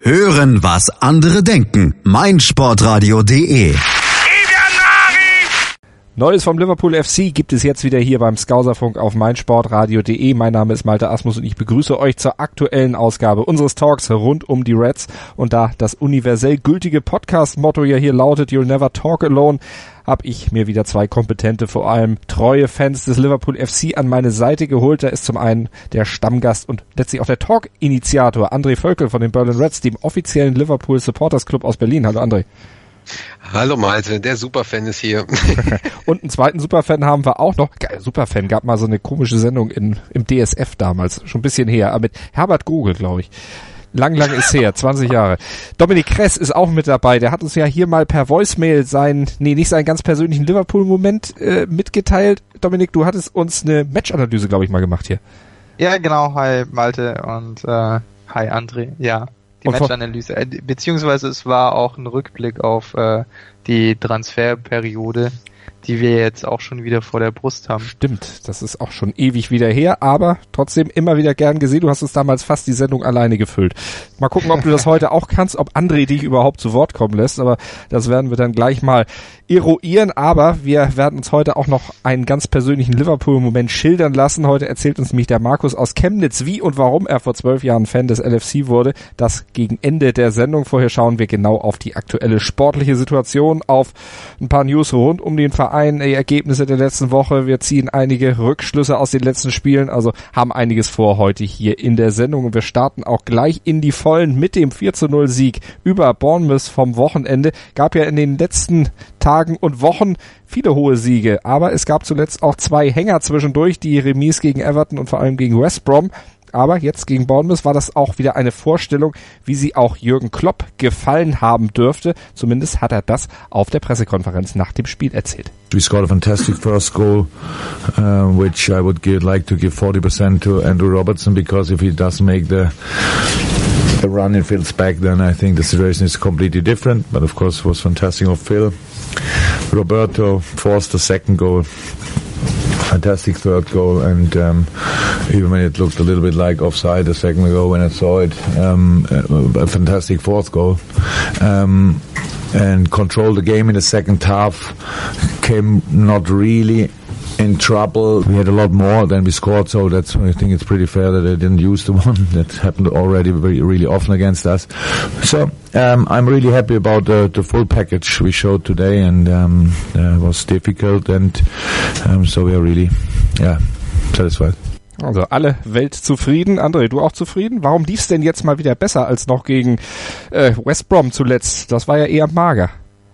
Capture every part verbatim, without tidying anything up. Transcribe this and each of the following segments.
Hören, was andere denken. meinsportradio punkt de. Neues vom Liverpool F C gibt es jetzt wieder hier beim Skauserfunk auf meinsportradio punkt de. Mein Name ist Malte Asmus und ich begrüße euch zur aktuellen Ausgabe unseres Talks rund um die Reds. Und da das universell gültige Podcast-Motto ja hier lautet, You'll never talk alone, habe ich mir wieder zwei kompetente, vor allem treue Fans des Liverpool F C an meine Seite geholt. Da ist zum einen der Stammgast und letztlich auch der Talk-Initiator André Völkel von den Berlin Reds, dem offiziellen Liverpool Supporters Club aus Berlin. Hallo André. Hallo Malte, der Superfan ist hier. Und einen zweiten Superfan haben wir auch noch. Geil, Superfan, gab mal so eine komische Sendung in, im D S F damals, schon ein bisschen her, aber mit Herbert Gogel, glaube ich. Lang, lang ist her, zwanzig Jahre. Dominik Kress ist auch mit dabei, der hat uns ja hier mal per Voicemail seinen, nee, nicht seinen ganz persönlichen Liverpool-Moment äh, mitgeteilt. Dominik, du hattest uns eine Match-Analyse, glaube ich, mal gemacht hier. Ja, genau, hi Malte und äh, hi André, ja. Die Matchanalyse, äh, beziehungsweise es war auch ein Rückblick auf äh, die Transferperiode, die wir jetzt auch schon wieder vor der Brust haben. Stimmt, das ist auch schon ewig wieder her, aber trotzdem immer wieder gern gesehen. Du hast uns damals fast die Sendung alleine gefüllt. Mal gucken, ob du das heute auch kannst, ob André dich überhaupt zu Wort kommen lässt, aber das werden wir dann gleich mal eruieren. Aber wir werden uns heute auch noch einen ganz persönlichen Liverpool-Moment schildern lassen. Heute erzählt uns nämlich der Markus aus Chemnitz, wie und warum er vor zwölf Jahren Fan des L F C wurde. Das gegen Ende der Sendung. Vorher schauen wir genau auf die aktuelle sportliche Situation, auf ein paar News rund um den Verein, die Ergebnisse der letzten Woche. Wir ziehen einige Rückschlüsse aus den letzten Spielen, also haben einiges vor heute hier in der Sendung. Und wir starten auch gleich in die Vollen mit dem vier zu null Sieg über Bournemouth vom Wochenende. Gab ja in den letzten Tagen und Wochen viele hohe Siege, aber es gab zuletzt auch zwei Hänger zwischendurch, die Remis gegen Everton und vor allem gegen West Brom. Aber jetzt gegen Bournemouth war das auch wieder eine Vorstellung, wie sie auch Jürgen Klopp gefallen haben dürfte. Zumindest hat er das auf der Pressekonferenz nach dem Spiel erzählt. We scored a fantastic first goal, uh, which I would give, like to give forty percent to Andrew Robertson, because if he does make the the run in Phil's back, then I think the situation is completely different. But of course it was fantastic of Phil. Roberto forced the second goal. Fantastic third goal, and um, even when it looked a little bit like offside a second ago when I saw it, um, a fantastic fourth goal. Um, and controlled the game in the second half, came not really in trouble. We had a lot more than we scored, so that's, I think it's pretty fair that they didn't use the one. That happened already very, really often against us. So um, I'm really happy about the, the full package we showed today, and um, uh, it was difficult, and um, so we are really yeah, satisfied. Also alle Welt zufrieden. André, du auch zufrieden? Warum lief's denn jetzt mal wieder besser als noch gegen äh, West Brom zuletzt? Das war ja eher mager.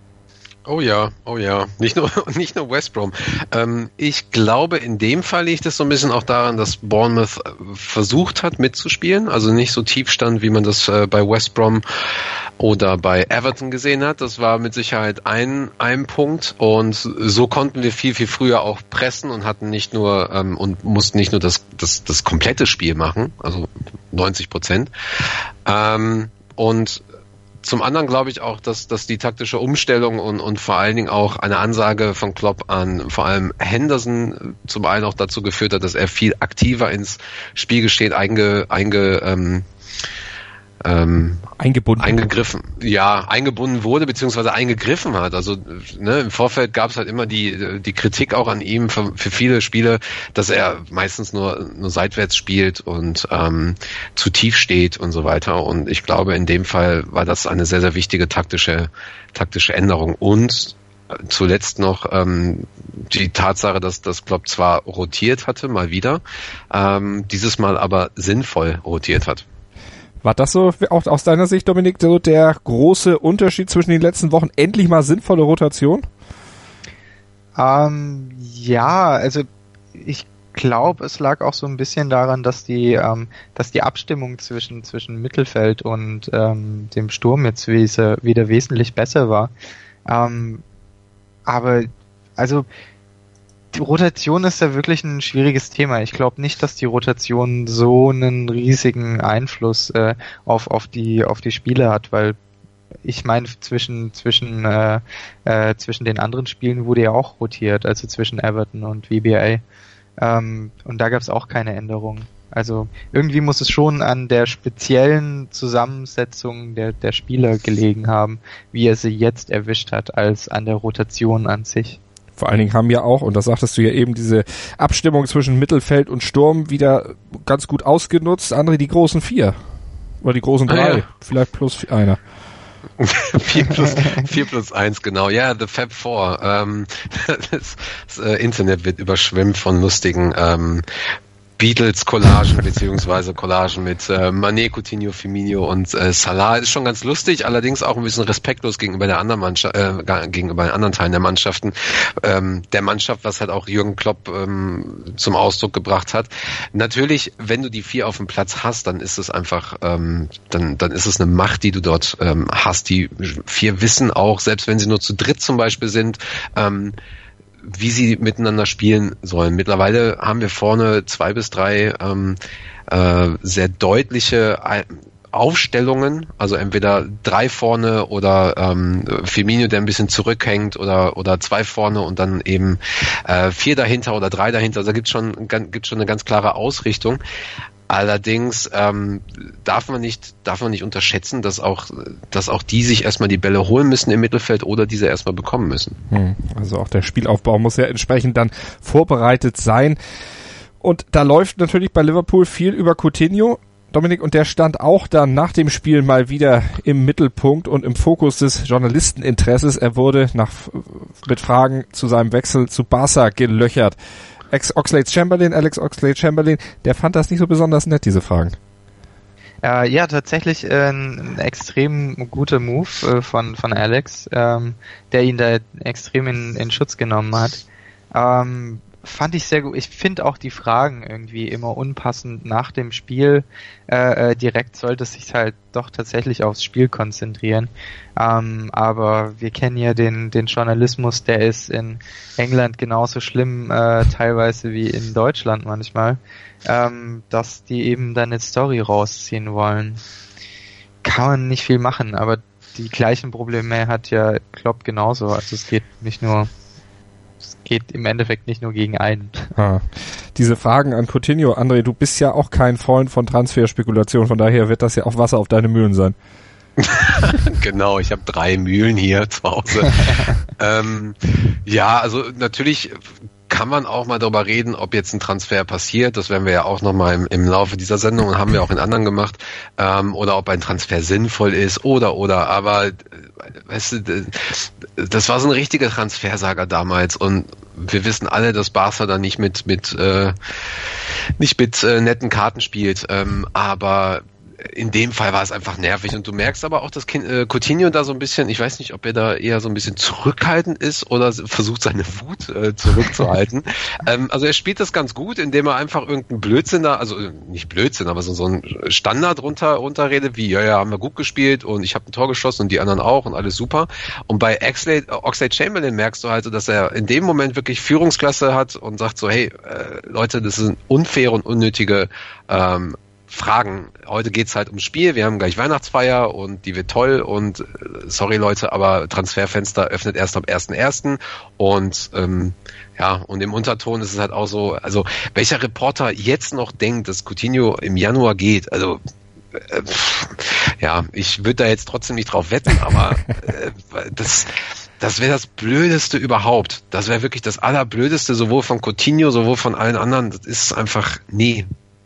Oh ja, oh ja, nicht nur nicht nur West Brom. Ähm, ich glaube, in dem Fall liegt es so ein bisschen auch daran, dass Bournemouth versucht hat mitzuspielen, also nicht so tief stand, wie man das äh, bei West Brom oder bei Everton gesehen hat. Das war mit Sicherheit ein ein Punkt, und so konnten wir viel viel früher auch pressen und hatten nicht nur ähm, und mussten nicht nur das das das komplette Spiel machen, also neunzig Prozent. Ähm, und Zum anderen glaube ich auch, dass, dass die taktische Umstellung und, und vor allen Dingen auch eine Ansage von Klopp an vor allem Henderson zum einen auch dazu geführt hat, dass er viel aktiver ins Spielgeschehen einge, einge, ähm, ähm, eingebunden eingegriffen, ja, eingebunden wurde, beziehungsweise eingegriffen hat. Also ne, im Vorfeld gab es halt immer die die Kritik auch an ihm für, für viele Spiele, dass er meistens nur nur seitwärts spielt und ähm, zu tief steht und so weiter. Und ich glaube, in dem Fall war das eine sehr, sehr wichtige taktische taktische Änderung. Und zuletzt noch ähm, die Tatsache, dass das Klopp zwar rotiert hatte, mal wieder, ähm, dieses Mal aber sinnvoll rotiert hat. War das so, auch aus deiner Sicht, Dominik, so der große Unterschied zwischen den letzten Wochen? Endlich mal sinnvolle Rotation? Ähm, ja, also ich glaube, es lag auch so ein bisschen daran, dass die, ähm, dass die Abstimmung zwischen zwischen Mittelfeld und ähm, dem Sturm jetzt wieder, wieder wesentlich besser war. Ähm, aber also die Rotation ist ja wirklich ein schwieriges Thema. Ich glaube nicht, dass die Rotation so einen riesigen Einfluss äh, auf auf die auf die Spiele hat, weil ich meine zwischen zwischen äh, äh, zwischen den anderen Spielen wurde ja auch rotiert, also zwischen Everton und V B A, ähm, und da gab es auch keine Änderungen. Also irgendwie muss es schon an der speziellen Zusammensetzung der, der Spieler gelegen haben, wie er sie jetzt erwischt hat, als an der Rotation an sich. Vor allen Dingen haben ja auch, und das sagtest du ja eben, diese Abstimmung zwischen Mittelfeld und Sturm wieder ganz gut ausgenutzt. André, die großen vier. Oder die großen drei. Ah, ja. Vielleicht plus einer. vier plus, vier plus eins, genau. Ja, The Fab Four. Ähm, das, das äh, Internet wird überschwemmt von lustigen ähm, Beatles-Collagen beziehungsweise Collagen mit äh, Mané, Coutinho, Firmino und äh, Salah. Ist schon ganz lustig, allerdings auch ein bisschen respektlos gegenüber der anderen Mannschaft, äh, gegenüber den anderen Teilen der Mannschaften, ähm, der Mannschaft, was halt auch Jürgen Klopp ähm, zum Ausdruck gebracht hat. Natürlich, wenn du die vier auf dem Platz hast, dann ist es einfach, ähm, dann dann ist es eine Macht, die du dort ähm, hast. Die vier wissen auch, selbst wenn sie nur zu dritt zum Beispiel sind, ähm, wie sie miteinander spielen sollen. Mittlerweile haben wir vorne zwei bis drei ähm, äh, sehr deutliche Aufstellungen, also entweder drei vorne oder ähm, Firmino, der ein bisschen zurückhängt, oder oder zwei vorne und dann eben äh, vier dahinter oder drei dahinter. Also da gibt's schon gibt's schon eine ganz klare Ausrichtung. Allerdings ähm, darf man nicht darf man nicht unterschätzen, dass auch dass auch die sich erstmal die Bälle holen müssen im Mittelfeld oder diese erstmal bekommen müssen. Hm, also auch der Spielaufbau muss ja entsprechend dann vorbereitet sein. Und da läuft natürlich bei Liverpool viel über Coutinho, Dominik, und der stand auch dann nach dem Spiel mal wieder im Mittelpunkt und im Fokus des Journalisteninteresses. Er wurde nach mit Fragen zu seinem Wechsel zu Barca gelöchert. Ex-Oxlade-Chamberlain, Alex Oxlade-Chamberlain, der fand das nicht so besonders nett, diese Fragen. Äh, ja, tatsächlich äh, ein extrem guter Move äh, von von Alex, ähm, der ihn da extrem in, in Schutz genommen hat. Ähm, fand ich sehr gut. Ich finde auch die Fragen irgendwie immer unpassend nach dem Spiel. Äh, äh, direkt sollte es sich halt doch tatsächlich aufs Spiel konzentrieren. Ähm, aber wir kennen ja den den Journalismus, der ist in England genauso schlimm äh, teilweise wie in Deutschland manchmal, ähm, dass die eben dann eine Story rausziehen wollen. Kann man nicht viel machen, aber die gleichen Probleme hat ja Klopp genauso. Also es geht nicht nur Es geht im Endeffekt nicht nur gegen einen. Ah. Diese Fragen an Coutinho, André, du bist ja auch kein Freund von Transferspekulation, von daher wird das ja auch Wasser auf deine Mühlen sein. Genau, ich habe drei Mühlen hier zu Hause. ähm, ja, also natürlich kann man auch mal darüber reden, ob jetzt ein Transfer passiert. Das werden wir ja auch nochmal im, im Laufe dieser Sendung und haben wir auch in anderen gemacht. Ähm, oder ob ein Transfer sinnvoll ist oder, oder. Aber, weißt du, das war so ein richtiger Transfersaga damals und wir wissen alle, dass Barca da nicht mit, mit, äh, nicht mit äh, netten Karten spielt. Ähm, aber in dem Fall war es einfach nervig und du merkst aber auch, dass äh, Coutinho da so ein bisschen, ich weiß nicht, ob er da eher so ein bisschen zurückhaltend ist oder versucht seine Wut äh, zurückzuhalten. ähm, also er spielt das ganz gut, indem er einfach irgendeinen Blödsinn da, also nicht Blödsinn, aber so, so ein Standard runter runterredet, wie ja, ja, haben wir gut gespielt und ich habe ein Tor geschossen und die anderen auch und alles super. Und bei Oxlade-Chamberlain merkst du halt so, dass er in dem Moment wirklich Führungsklasse hat und sagt so, hey, äh, Leute, das sind unfaire und unnötige ähm, Fragen. Heute geht's halt ums Spiel, wir haben gleich Weihnachtsfeier und die wird toll und sorry Leute, aber Transferfenster öffnet erst am ersten ersten und ähm, ja, und im Unterton ist es halt auch so, also welcher Reporter jetzt noch denkt, dass Coutinho im Januar geht, also äh, ja, ich würde da jetzt trotzdem nicht drauf wetten, aber äh, das Das wäre das Blödeste überhaupt. Das wäre wirklich das Allerblödeste, sowohl von Coutinho, sowohl von allen anderen. Das ist einfach, nee.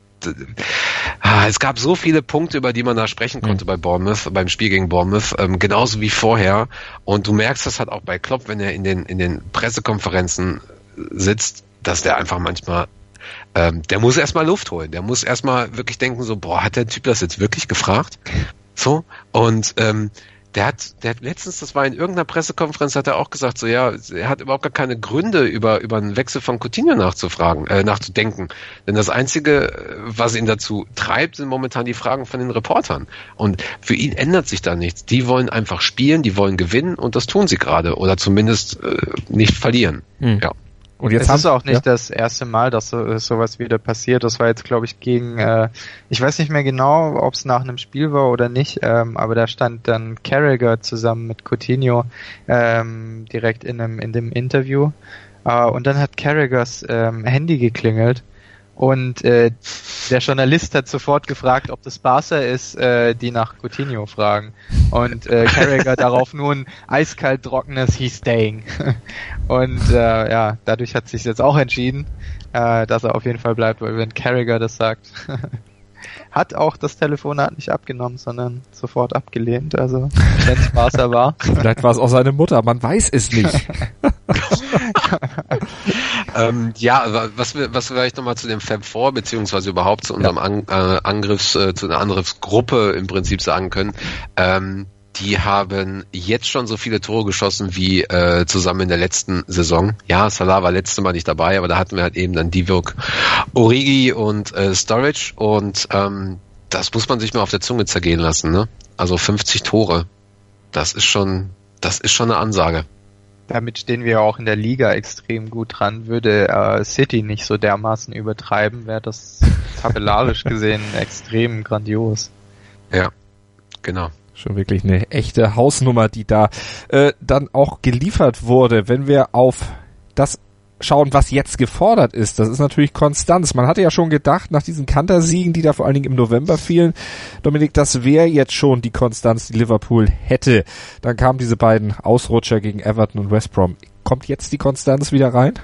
Es gab so viele Punkte, über die man da sprechen konnte mhm. bei Bournemouth, beim Spiel gegen Bournemouth, ähm, genauso wie vorher. Und du merkst das halt auch bei Klopp, wenn er in den in den Pressekonferenzen sitzt, dass der einfach manchmal, ähm, der muss erstmal Luft holen. Der muss erstmal wirklich denken so, boah, hat der Typ das jetzt wirklich gefragt? So, und ähm, Der hat, der hat letztens, das war in irgendeiner Pressekonferenz, hat er auch gesagt, so ja, er hat überhaupt gar keine Gründe, über über einen Wechsel von Coutinho nachzufragen, äh, nachzudenken. Denn das Einzige, was ihn dazu treibt, sind momentan die Fragen von den Reportern. Und für ihn ändert sich da nichts. Die wollen einfach spielen, die wollen gewinnen und das tun sie gerade. Oder zumindest äh, nicht verlieren. Hm. Ja. Und jetzt es ist auch nicht ja. das erste Mal, dass so, sowas wieder passiert. Das war jetzt, glaube ich, gegen, äh, ich weiß nicht mehr genau, ob es nach einem Spiel war oder nicht, ähm, aber da stand dann Carragher zusammen mit Coutinho ähm, direkt in einem in dem Interview. Äh, und dann hat Carraghers ähm, Handy geklingelt Und äh, der Journalist hat sofort gefragt, ob das Barca ist, äh, die nach Coutinho fragen. Und äh, Carragher darauf nur ein eiskalt trockenes He's staying. Und äh, ja, dadurch hat sich jetzt auch entschieden, äh, dass er auf jeden Fall bleibt, weil wenn Carragher das sagt, hat auch das Telefonat nicht abgenommen, sondern sofort abgelehnt. Also wenn es Barca war. Vielleicht war es auch seine Mutter, man weiß es nicht. ähm, ja, was wir, was vielleicht nochmal zu dem Fab Four beziehungsweise überhaupt zu unserem An, äh, Angriffs, äh, zu einer Angriffsgruppe im Prinzip sagen können. Ähm, die haben jetzt schon so viele Tore geschossen wie äh, zusammen in der letzten Saison. Ja, Salah war letztes Mal nicht dabei, aber da hatten wir halt eben dann Divock, Origi und äh, Sturridge und ähm, das muss man sich mal auf der Zunge zergehen lassen, ne? Also fünfzig Tore, das ist schon, das ist schon eine Ansage. Damit stehen wir auch in der Liga extrem gut dran. Würde äh, City nicht so dermaßen übertreiben, wäre das tabellarisch gesehen extrem grandios. Ja, genau. Schon wirklich eine echte Hausnummer, die da äh, dann auch geliefert wurde. Wenn wir auf das schauen, was jetzt gefordert ist, das ist natürlich Konstanz. Man hatte ja schon gedacht, nach diesen Kantersiegen, die da vor allen Dingen im November fielen, Dominik, das wäre jetzt schon die Konstanz, die Liverpool hätte. Dann kamen diese beiden Ausrutscher gegen Everton und West Brom. Kommt jetzt die Konstanz wieder rein?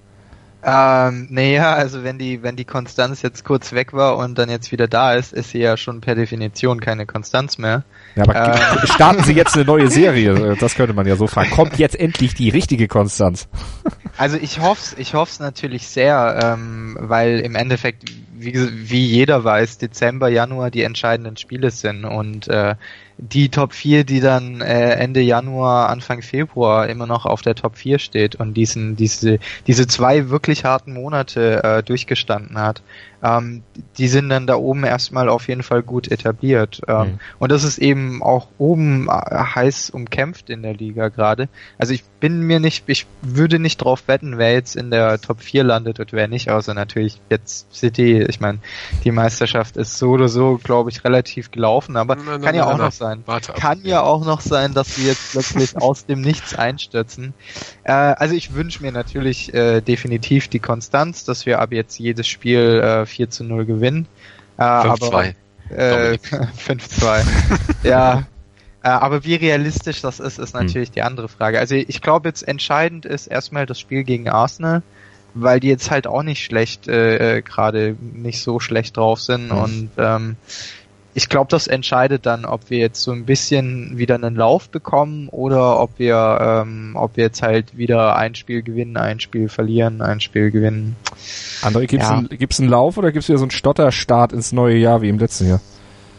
Ähm, naja, also wenn die, wenn die Konstanz jetzt kurz weg war und dann jetzt wieder da ist, ist sie ja schon per Definition keine Konstanz mehr. Ja, aber ähm. starten Sie jetzt eine neue Serie? Das könnte man ja so fragen. Kommt jetzt endlich die richtige Konstanz? Also ich hoff's, ich hoff's natürlich sehr, ähm, weil im Endeffekt, wie, wie jeder weiß, Dezember, Januar die entscheidenden Spiele sind und äh, die Top vier, die dann äh, Ende Januar, Anfang Februar immer noch auf der Top vier steht und diesen diese diese zwei wirklich harten Monate äh, durchgestanden hat, ähm, die sind dann da oben erstmal auf jeden Fall gut etabliert. Ähm, mhm. Und das ist eben auch oben heiß umkämpft in der Liga gerade. Also ich bin mir nicht, ich würde nicht drauf wetten, wer jetzt in der Top vier landet und wer nicht, außer natürlich jetzt City. Ich meine, die Meisterschaft ist so oder so, glaube ich, relativ gelaufen, aber na, na, kann ja na, auch na, noch sein. Warte Kann ja auch noch sein, dass sie jetzt plötzlich aus dem Nichts einstürzen. Äh, also ich wünsche mir natürlich äh, definitiv die Konstanz, dass wir ab jetzt jedes Spiel äh, vier zu null gewinnen. Äh, fünf zwei. Äh, fünf zwei. Ja. Äh, aber wie realistisch das ist, ist natürlich hm. die andere Frage. Also ich glaube jetzt entscheidend ist erstmal das Spiel gegen Arsenal, weil die jetzt halt auch nicht schlecht, äh, gerade nicht so schlecht drauf sind hm. und ähm, ich glaube, das entscheidet dann, ob wir jetzt so ein bisschen wieder einen Lauf bekommen oder ob wir, ähm, ob wir jetzt halt wieder ein Spiel gewinnen, ein Spiel verlieren, ein Spiel gewinnen. André, gibt's, ja. ein, gibt's einen Lauf oder gibt's wieder so einen Stotterstart ins neue Jahr wie im letzten Jahr?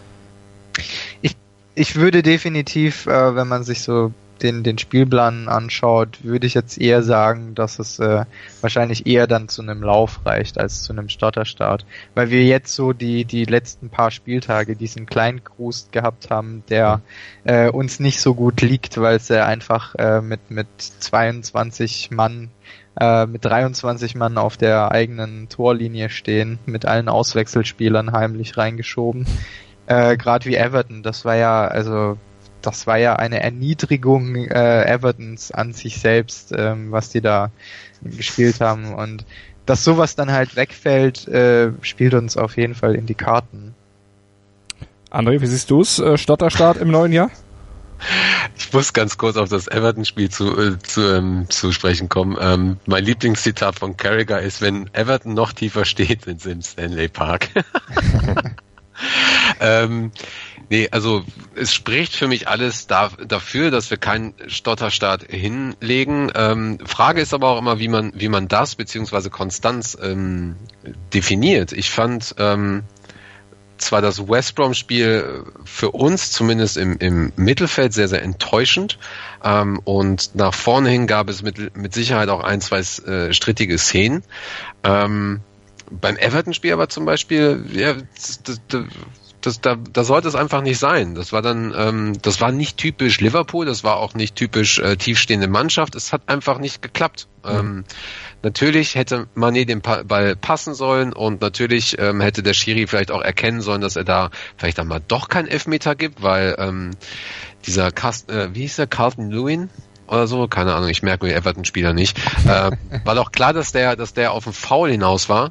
Ich, ich würde definitiv, äh, wenn man sich so den, den Spielplan anschaut, würde ich jetzt eher sagen, dass es äh, wahrscheinlich eher dann zu einem Lauf reicht als zu einem Stotterstart. Weil wir jetzt so die, die letzten paar Spieltage diesen kleinen Krust gehabt haben, der äh, uns nicht so gut liegt, weil es ja einfach äh, mit, mit zweiundzwanzig Mann äh, mit dreiundzwanzig Mann auf der eigenen Torlinie stehen, mit allen Auswechselspielern heimlich reingeschoben. Äh, Gerade wie Everton, das war ja, also das war ja eine Erniedrigung äh, Evertons an sich selbst, ähm, was die da gespielt haben. Und dass sowas dann halt wegfällt, äh, spielt uns auf jeden Fall in die Karten. André, wie siehst du's? Äh, Stotterstart im neuen Jahr? Ich muss ganz kurz auf das Everton-Spiel zu, äh, zu, ähm, zu sprechen kommen. Ähm, mein Lieblingszitat von Carragher ist, wenn Everton noch tiefer steht, sind sie im Stanley Park. ähm, Nee, also es spricht für mich alles da, dafür, dass wir keinen Stotterstart hinlegen. Ähm, Frage ist aber auch immer, wie man wie man das beziehungsweise Konstanz ähm, definiert. Ich fand ähm, zwar das West Brom-Spiel für uns zumindest im, im Mittelfeld sehr, sehr enttäuschend ähm, und nach vorne hin gab es mit, mit Sicherheit auch ein, zwei äh, strittige Szenen. Ähm, beim Everton-Spiel aber zum Beispiel, ja, das, das, das Das, da, da sollte es einfach nicht sein. Das war dann, ähm, das war nicht typisch Liverpool, das war auch nicht typisch äh, tiefstehende Mannschaft. Es hat einfach nicht geklappt. Mhm. Ähm, natürlich hätte Mané den pa- Ball passen sollen und natürlich ähm, hätte der Schiri vielleicht auch erkennen sollen, dass er da vielleicht dann mal doch keinen Elfmeter gibt, weil ähm, dieser Cast, äh, wie hieß der, Carlton Lewin? Oder so, keine Ahnung, ich merke mir Everton-Spieler nicht. Äh, war doch klar, dass der, dass der auf den Foul hinaus war.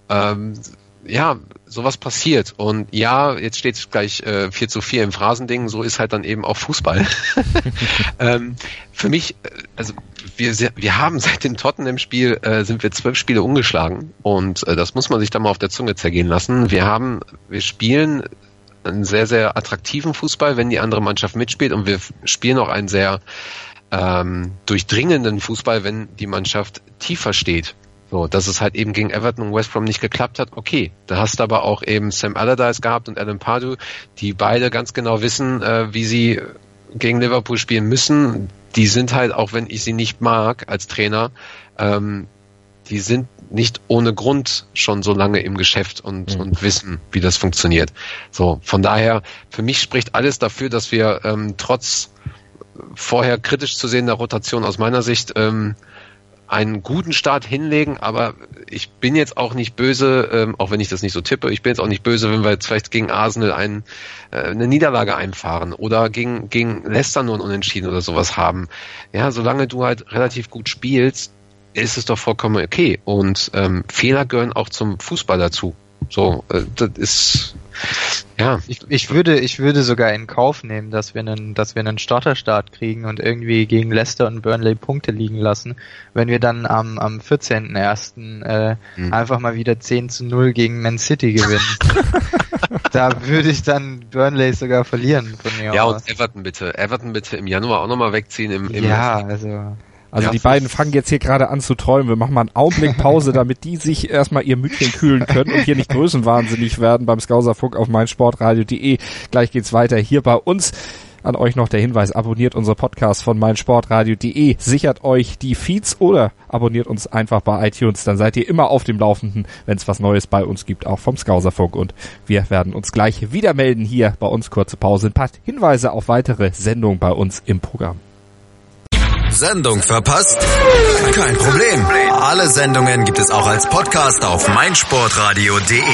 ähm, ja, sowas passiert. Und ja, jetzt steht es gleich äh, vier zu vier im Phrasending, so ist halt dann eben auch Fußball. ähm, für mich, also wir, wir haben seit dem Tottenham-Spiel, äh, sind wir zwölf Spiele ungeschlagen und äh, das muss man sich dann mal auf der Zunge zergehen lassen. Wir haben, wir spielen einen sehr, sehr attraktiven Fußball, wenn die andere Mannschaft mitspielt, und wir spielen auch einen sehr ähm, durchdringenden Fußball, wenn die Mannschaft tiefer steht. So, dass es halt eben gegen Everton und West Brom nicht geklappt hat, okay. Da hast du aber auch eben Sam Allardyce gehabt und Alan Pardew, die beide ganz genau wissen, äh, wie sie gegen Liverpool spielen müssen. Die sind halt, auch wenn ich sie nicht mag als Trainer, ähm, die sind nicht ohne Grund schon so lange im Geschäft und, mhm. und wissen, wie das funktioniert. So, von daher, für mich spricht alles dafür, dass wir ähm, trotz vorher kritisch zu sehender Rotation aus meiner Sicht ähm, einen guten Start hinlegen, aber ich bin jetzt auch nicht böse, ähm, auch wenn ich das nicht so tippe, ich bin jetzt auch nicht böse, wenn wir jetzt vielleicht gegen Arsenal ein, äh, eine Niederlage einfahren oder gegen, gegen Leicester nur ein Unentschieden oder sowas haben. Ja, solange du halt relativ gut spielst, ist es doch vollkommen okay. Und ähm, Fehler gehören auch zum Fußball dazu. So, äh, das ist ja. Ich, ich würde, ich würde sogar in Kauf nehmen, dass wir einen, dass wir einen Stotterstart kriegen und irgendwie gegen Leicester und Burnley Punkte liegen lassen, wenn wir dann am, am vierzehnten ersten Äh, hm. einfach mal wieder zehn zu null gegen Man City gewinnen. Da würde ich dann Burnley sogar verlieren von mir Ja, aus. und Everton bitte. Everton bitte im Januar auch nochmal wegziehen. Im, im ja, also... Also ja, die beiden fangen jetzt hier gerade an zu träumen. Wir machen mal einen Augenblick Pause, damit die sich erstmal ihr Mütchen kühlen können und hier nicht größenwahnsinnig werden beim Skauserfunk auf meinsportradio punkt de. Gleich geht's weiter hier bei uns. An euch noch der Hinweis, abonniert unsere Podcasts von meinsportradio punkt de, sichert euch die Feeds oder abonniert uns einfach bei iTunes. Dann seid ihr immer auf dem Laufenden, wenn es was Neues bei uns gibt, auch vom Skauserfunk. Und wir werden uns gleich wieder melden hier bei uns. Kurze Pause, ein paar Hinweise auf weitere Sendungen bei uns im Programm. Sendung verpasst? Kein Problem. Alle Sendungen gibt es auch als Podcast auf meinsportradio punkt de.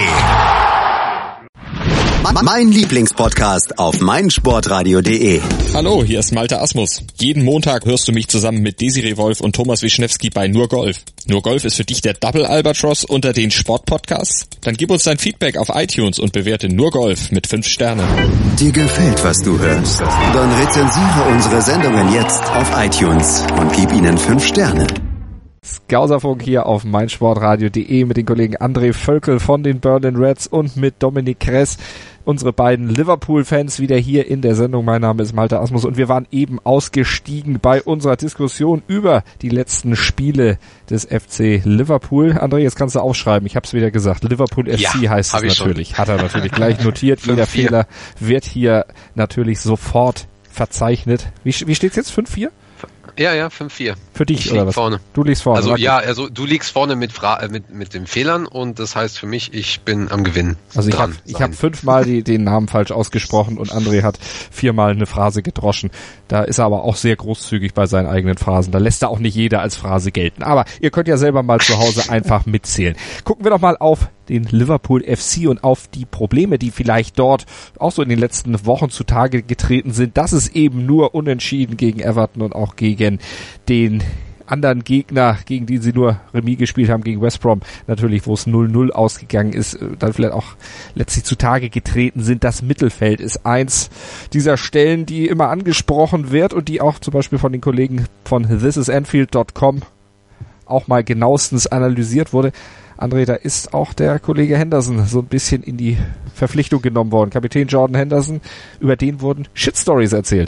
Mein Lieblingspodcast auf meinsportradio punkt de. Hallo, hier ist Malte Asmus. Jeden Montag hörst du mich zusammen mit Desiree Wolf und Thomas Wischnewski bei Nur Golf. Nur Golf ist für dich der Double Albatross unter den Sportpodcasts? Dann gib uns dein Feedback auf iTunes und bewerte Nur Golf mit fünf Sternen. Dir gefällt, was du hörst? Dann rezensiere unsere Sendungen jetzt auf iTunes und gib ihnen fünf Sterne. Skauserfunk hier auf meinsportradio punkt de mit den Kollegen André Völkel von den Berlin Reds und mit Dominik Kress, unsere beiden Liverpool-Fans, wieder hier in der Sendung. Mein Name ist Malte Asmus und wir waren eben ausgestiegen bei unserer Diskussion über die letzten Spiele des F C Liverpool. André, jetzt kannst du aufschreiben, ich habe es wieder gesagt, Liverpool F C ja, heißt es natürlich. Schon. Hat er natürlich gleich notiert. Jeder Fehler wird hier natürlich sofort verzeichnet. Wie, wie steht's jetzt? fünf vier? Ja, ja, fünf vier. Für dich, ich oder was? Vorne. Du liegst vorne. Also okay. ja, also du liegst vorne mit, Fra- mit mit den Fehlern und das heißt für mich, ich bin am Gewinn. Also ich habe ich hab fünfmal die, den Namen falsch ausgesprochen und André hat viermal eine Phrase gedroschen. Da ist er aber auch sehr großzügig bei seinen eigenen Phrasen. Da lässt er auch nicht jeder als Phrase gelten. Aber ihr könnt ja selber mal zu Hause einfach mitzählen. Gucken wir doch mal auf den Liverpool F C und auf die Probleme, die vielleicht dort auch so in den letzten Wochen zutage getreten sind, dass es eben nur unentschieden gegen Everton und auch gegen den anderen Gegner, gegen die sie nur Remis gespielt haben, gegen West Brom, natürlich, wo es null null ausgegangen ist, dann vielleicht auch letztlich zutage getreten sind. Das Mittelfeld ist eins dieser Stellen, die immer angesprochen wird und die auch zum Beispiel von den Kollegen von this is anfield dot com auch mal genauestens analysiert wurde. André, da ist auch der Kollege Henderson so ein bisschen in die Verpflichtung genommen worden. Kapitän Jordan Henderson, über den wurden Shitstories erzählt.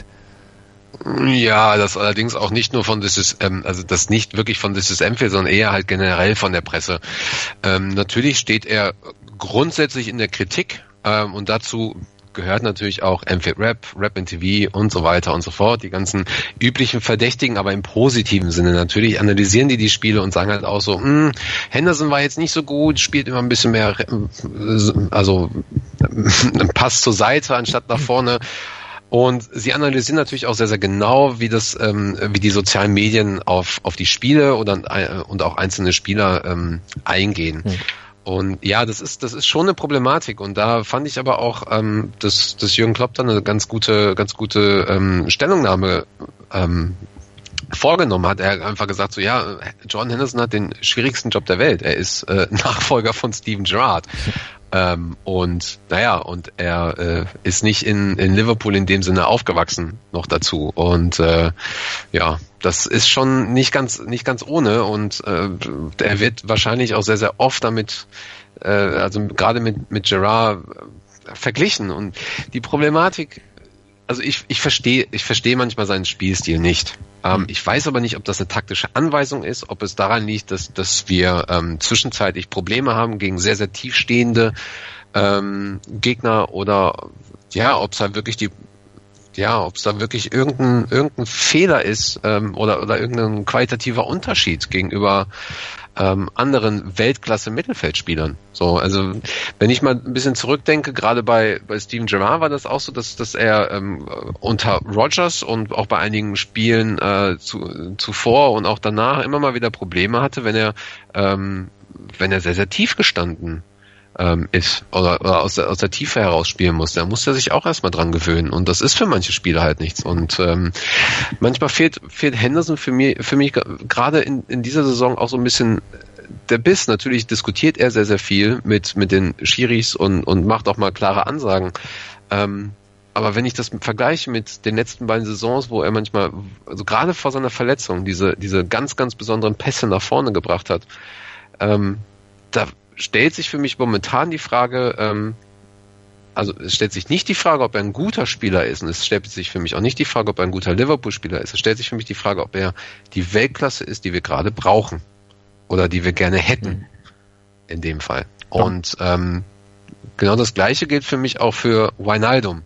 Ja, das allerdings auch nicht nur von This is, ähm, also das nicht wirklich von This is Anfield, sondern eher halt generell von der Presse. Ähm, natürlich steht er grundsätzlich in der Kritik ähm, und dazu gehört natürlich auch Anfield Rap, Rap in T V und so weiter und so fort. Die ganzen üblichen Verdächtigen, aber im positiven Sinne natürlich analysieren die die Spiele und sagen halt auch so, hm, Henderson war jetzt nicht so gut, spielt immer ein bisschen mehr, also Pass zur Seite anstatt nach vorne. Und sie analysieren natürlich auch sehr, sehr genau, wie das, ähm, wie die sozialen Medien auf auf die Spiele oder äh, und auch einzelne Spieler ähm, eingehen. Hm. Und ja, das ist das ist schon eine Problematik. Und da fand ich aber auch, ähm, dass, dass Jürgen Klopp dann eine ganz gute ganz gute ähm, Stellungnahme ähm, vorgenommen hat. Er hat einfach gesagt, so ja, Jordan Henderson hat den schwierigsten Job der Welt. Er ist äh, Nachfolger von Steven Gerrard. Ähm, und naja, und er äh, ist nicht in, in Liverpool in dem Sinne aufgewachsen noch dazu. Und äh, ja, das ist schon nicht ganz nicht ganz ohne. Und äh, er wird wahrscheinlich auch sehr, sehr oft damit, äh, also gerade mit, mit Gerrard äh, verglichen. Und die Problematik, also ich, ich verstehe ich verstehe manchmal seinen Spielstil nicht. Ähm, ich weiß aber nicht, ob das eine taktische Anweisung ist, ob es daran liegt, dass, dass wir ähm, zwischenzeitlich Probleme haben gegen sehr, sehr tiefstehende ähm, Gegner oder ja, ob es halt wirklich die ja, ob es da wirklich irgendein, irgendein Fehler ist ähm, oder, oder irgendein qualitativer Unterschied gegenüber ähm, anderen Weltklasse-Mittelfeldspielern. So, also wenn ich mal ein bisschen zurückdenke, gerade bei, bei Steven Gerrard war das auch so, dass, dass er ähm, unter Rodgers und auch bei einigen Spielen äh, zu, zuvor und auch danach immer mal wieder Probleme hatte, wenn er ähm, wenn er sehr, sehr tief gestanden ähm, ist oder, oder aus, der, aus der Tiefe heraus spielen muss. Da muss er sich auch erstmal dran gewöhnen und das ist für manche Spieler halt nichts. Und ähm, manchmal fehlt, fehlt Henderson für mich, für mich gerade in, in dieser Saison auch so ein bisschen der Biss. Natürlich diskutiert er sehr, sehr viel mit, mit den Schiris und, und macht auch mal klare Ansagen. Ähm, aber wenn ich das vergleiche mit den letzten beiden Saisons, wo er manchmal, also gerade vor seiner Verletzung, diese, diese ganz, ganz besonderen Pässe nach vorne gebracht hat, ähm, da stellt sich für mich momentan die Frage, ähm, also es stellt sich nicht die Frage, ob er ein guter Spieler ist, und es stellt sich für mich auch nicht die Frage, ob er ein guter Liverpool-Spieler ist. Es stellt sich für mich die Frage, ob er die Weltklasse ist, die wir gerade brauchen oder die wir gerne hätten in dem Fall. Und ähm, genau das Gleiche gilt für mich auch für Wijnaldum.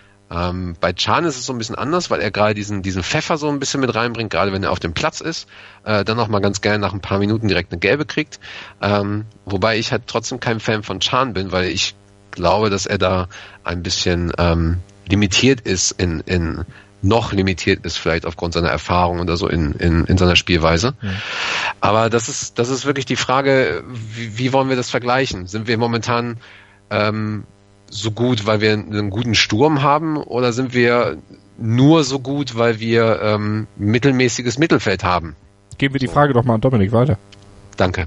Ähm, bei Can ist es so ein bisschen anders, weil er gerade diesen diesen Pfeffer so ein bisschen mit reinbringt, gerade wenn er auf dem Platz ist, äh, dann auch mal ganz gerne nach ein paar Minuten direkt eine gelbe kriegt. Ähm, wobei ich halt trotzdem kein Fan von Can bin, weil ich glaube, dass er da ein bisschen ähm, limitiert ist in in noch limitiert ist vielleicht aufgrund seiner Erfahrung oder so in in, in seiner Spielweise. Mhm. Aber das ist das ist wirklich die Frage, wie, wie wollen wir das vergleichen? Sind wir momentan ähm, so gut, weil wir einen guten Sturm haben, oder sind wir nur so gut, weil wir ähm, mittelmäßiges Mittelfeld haben? Geben wir die Frage doch mal an Dominik weiter. Danke.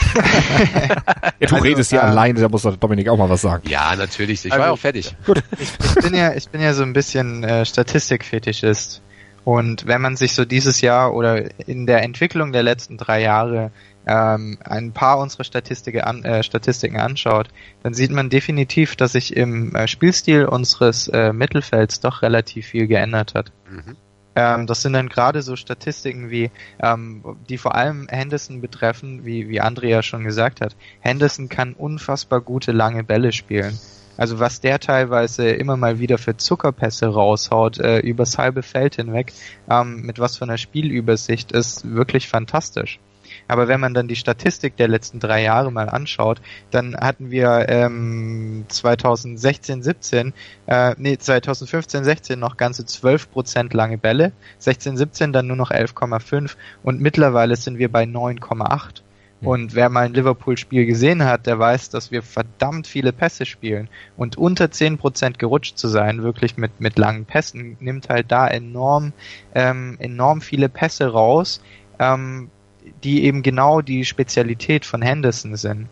Ja, du also, redest ja äh, alleine, da muss doch Dominik auch mal was sagen. Ja, natürlich. Ich also, war auch fertig. Gut. Ich, ich bin ja, ich bin ja so ein bisschen äh, Statistikfetischist. Und wenn man sich so dieses Jahr oder in der Entwicklung der letzten drei Jahre ähm, ein paar unserer Statistiken, an, äh, Statistiken anschaut, dann sieht man definitiv, dass sich im äh, Spielstil unseres äh, Mittelfelds doch relativ viel geändert hat. Mhm. Ähm, das sind dann gerade so Statistiken wie, ähm, die vor allem Henderson betreffen, wie, wie Andrea schon gesagt hat. Henderson kann unfassbar gute lange Bälle spielen. Also was der teilweise immer mal wieder für Zuckerpässe raushaut, äh, übers halbe Feld hinweg, ähm, mit was für einer Spielübersicht, ist wirklich fantastisch. Aber wenn man dann die Statistik der letzten drei Jahre mal anschaut, dann hatten wir ähm, zwanzig sechzehn siebzehn, äh, nee, zwanzig fünfzehn sechzehn noch ganze zwölf Prozent lange Bälle, sechzehn siebzehn dann nur noch elf Komma fünf und mittlerweile sind wir bei neun Komma acht. Und wer mal ein Liverpool-Spiel gesehen hat, der weiß, dass wir verdammt viele Pässe spielen. Und unter zehn Prozent gerutscht zu sein, wirklich mit mit langen Pässen, nimmt halt da enorm ähm, enorm viele Pässe raus, ähm, die eben genau die Spezialität von Henderson sind.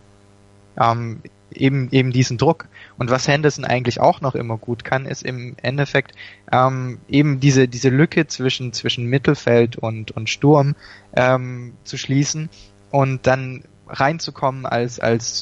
Ähm, eben eben diesen Druck. Und was Henderson eigentlich auch noch immer gut kann, ist im Endeffekt ähm, eben diese diese Lücke zwischen zwischen Mittelfeld und und Sturm ähm, zu schließen und dann reinzukommen als als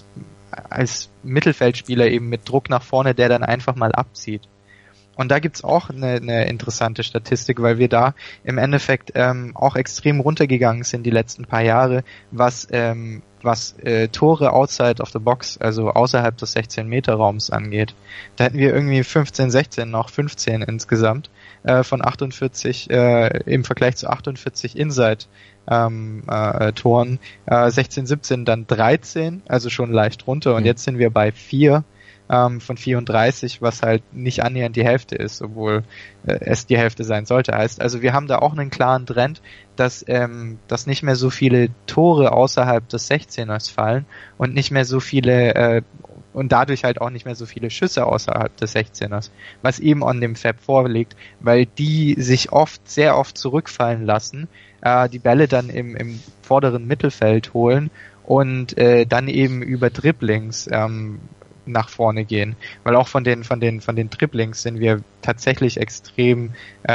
als Mittelfeldspieler eben mit Druck nach vorne, der dann einfach mal abzieht. Und da gibt's auch eine, eine interessante Statistik, weil wir da im Endeffekt ähm, auch extrem runtergegangen sind die letzten paar Jahre, was ähm, was äh, Tore outside of the box, also außerhalb des sechzehn-Meter-Raums angeht. Da hätten wir irgendwie fünfzehn, sechzehn, noch fünfzehn insgesamt äh, von achtundvierzig äh, im Vergleich zu achtundvierzig Inside ähm, äh, Toren. Äh, sechzehn, siebzehn dann dreizehn, also schon leicht runter. Und mhm. jetzt sind wir bei vier. ähm, von vierunddreißig, was halt nicht annähernd die Hälfte ist, obwohl äh, es die Hälfte sein sollte. Heißt, also wir haben da auch einen klaren Trend, dass, ähm, dass nicht mehr so viele Tore außerhalb des sechzehners fallen und nicht mehr so viele äh, und dadurch halt auch nicht mehr so viele Schüsse außerhalb des sechzehners, was eben an dem Fab vorliegt, weil die sich oft, sehr oft zurückfallen lassen, äh, die Bälle dann im, im vorderen Mittelfeld holen und äh, dann eben über Dribblings ähm, nach vorne gehen, weil auch von den von den von den Dribblings sind wir tatsächlich extrem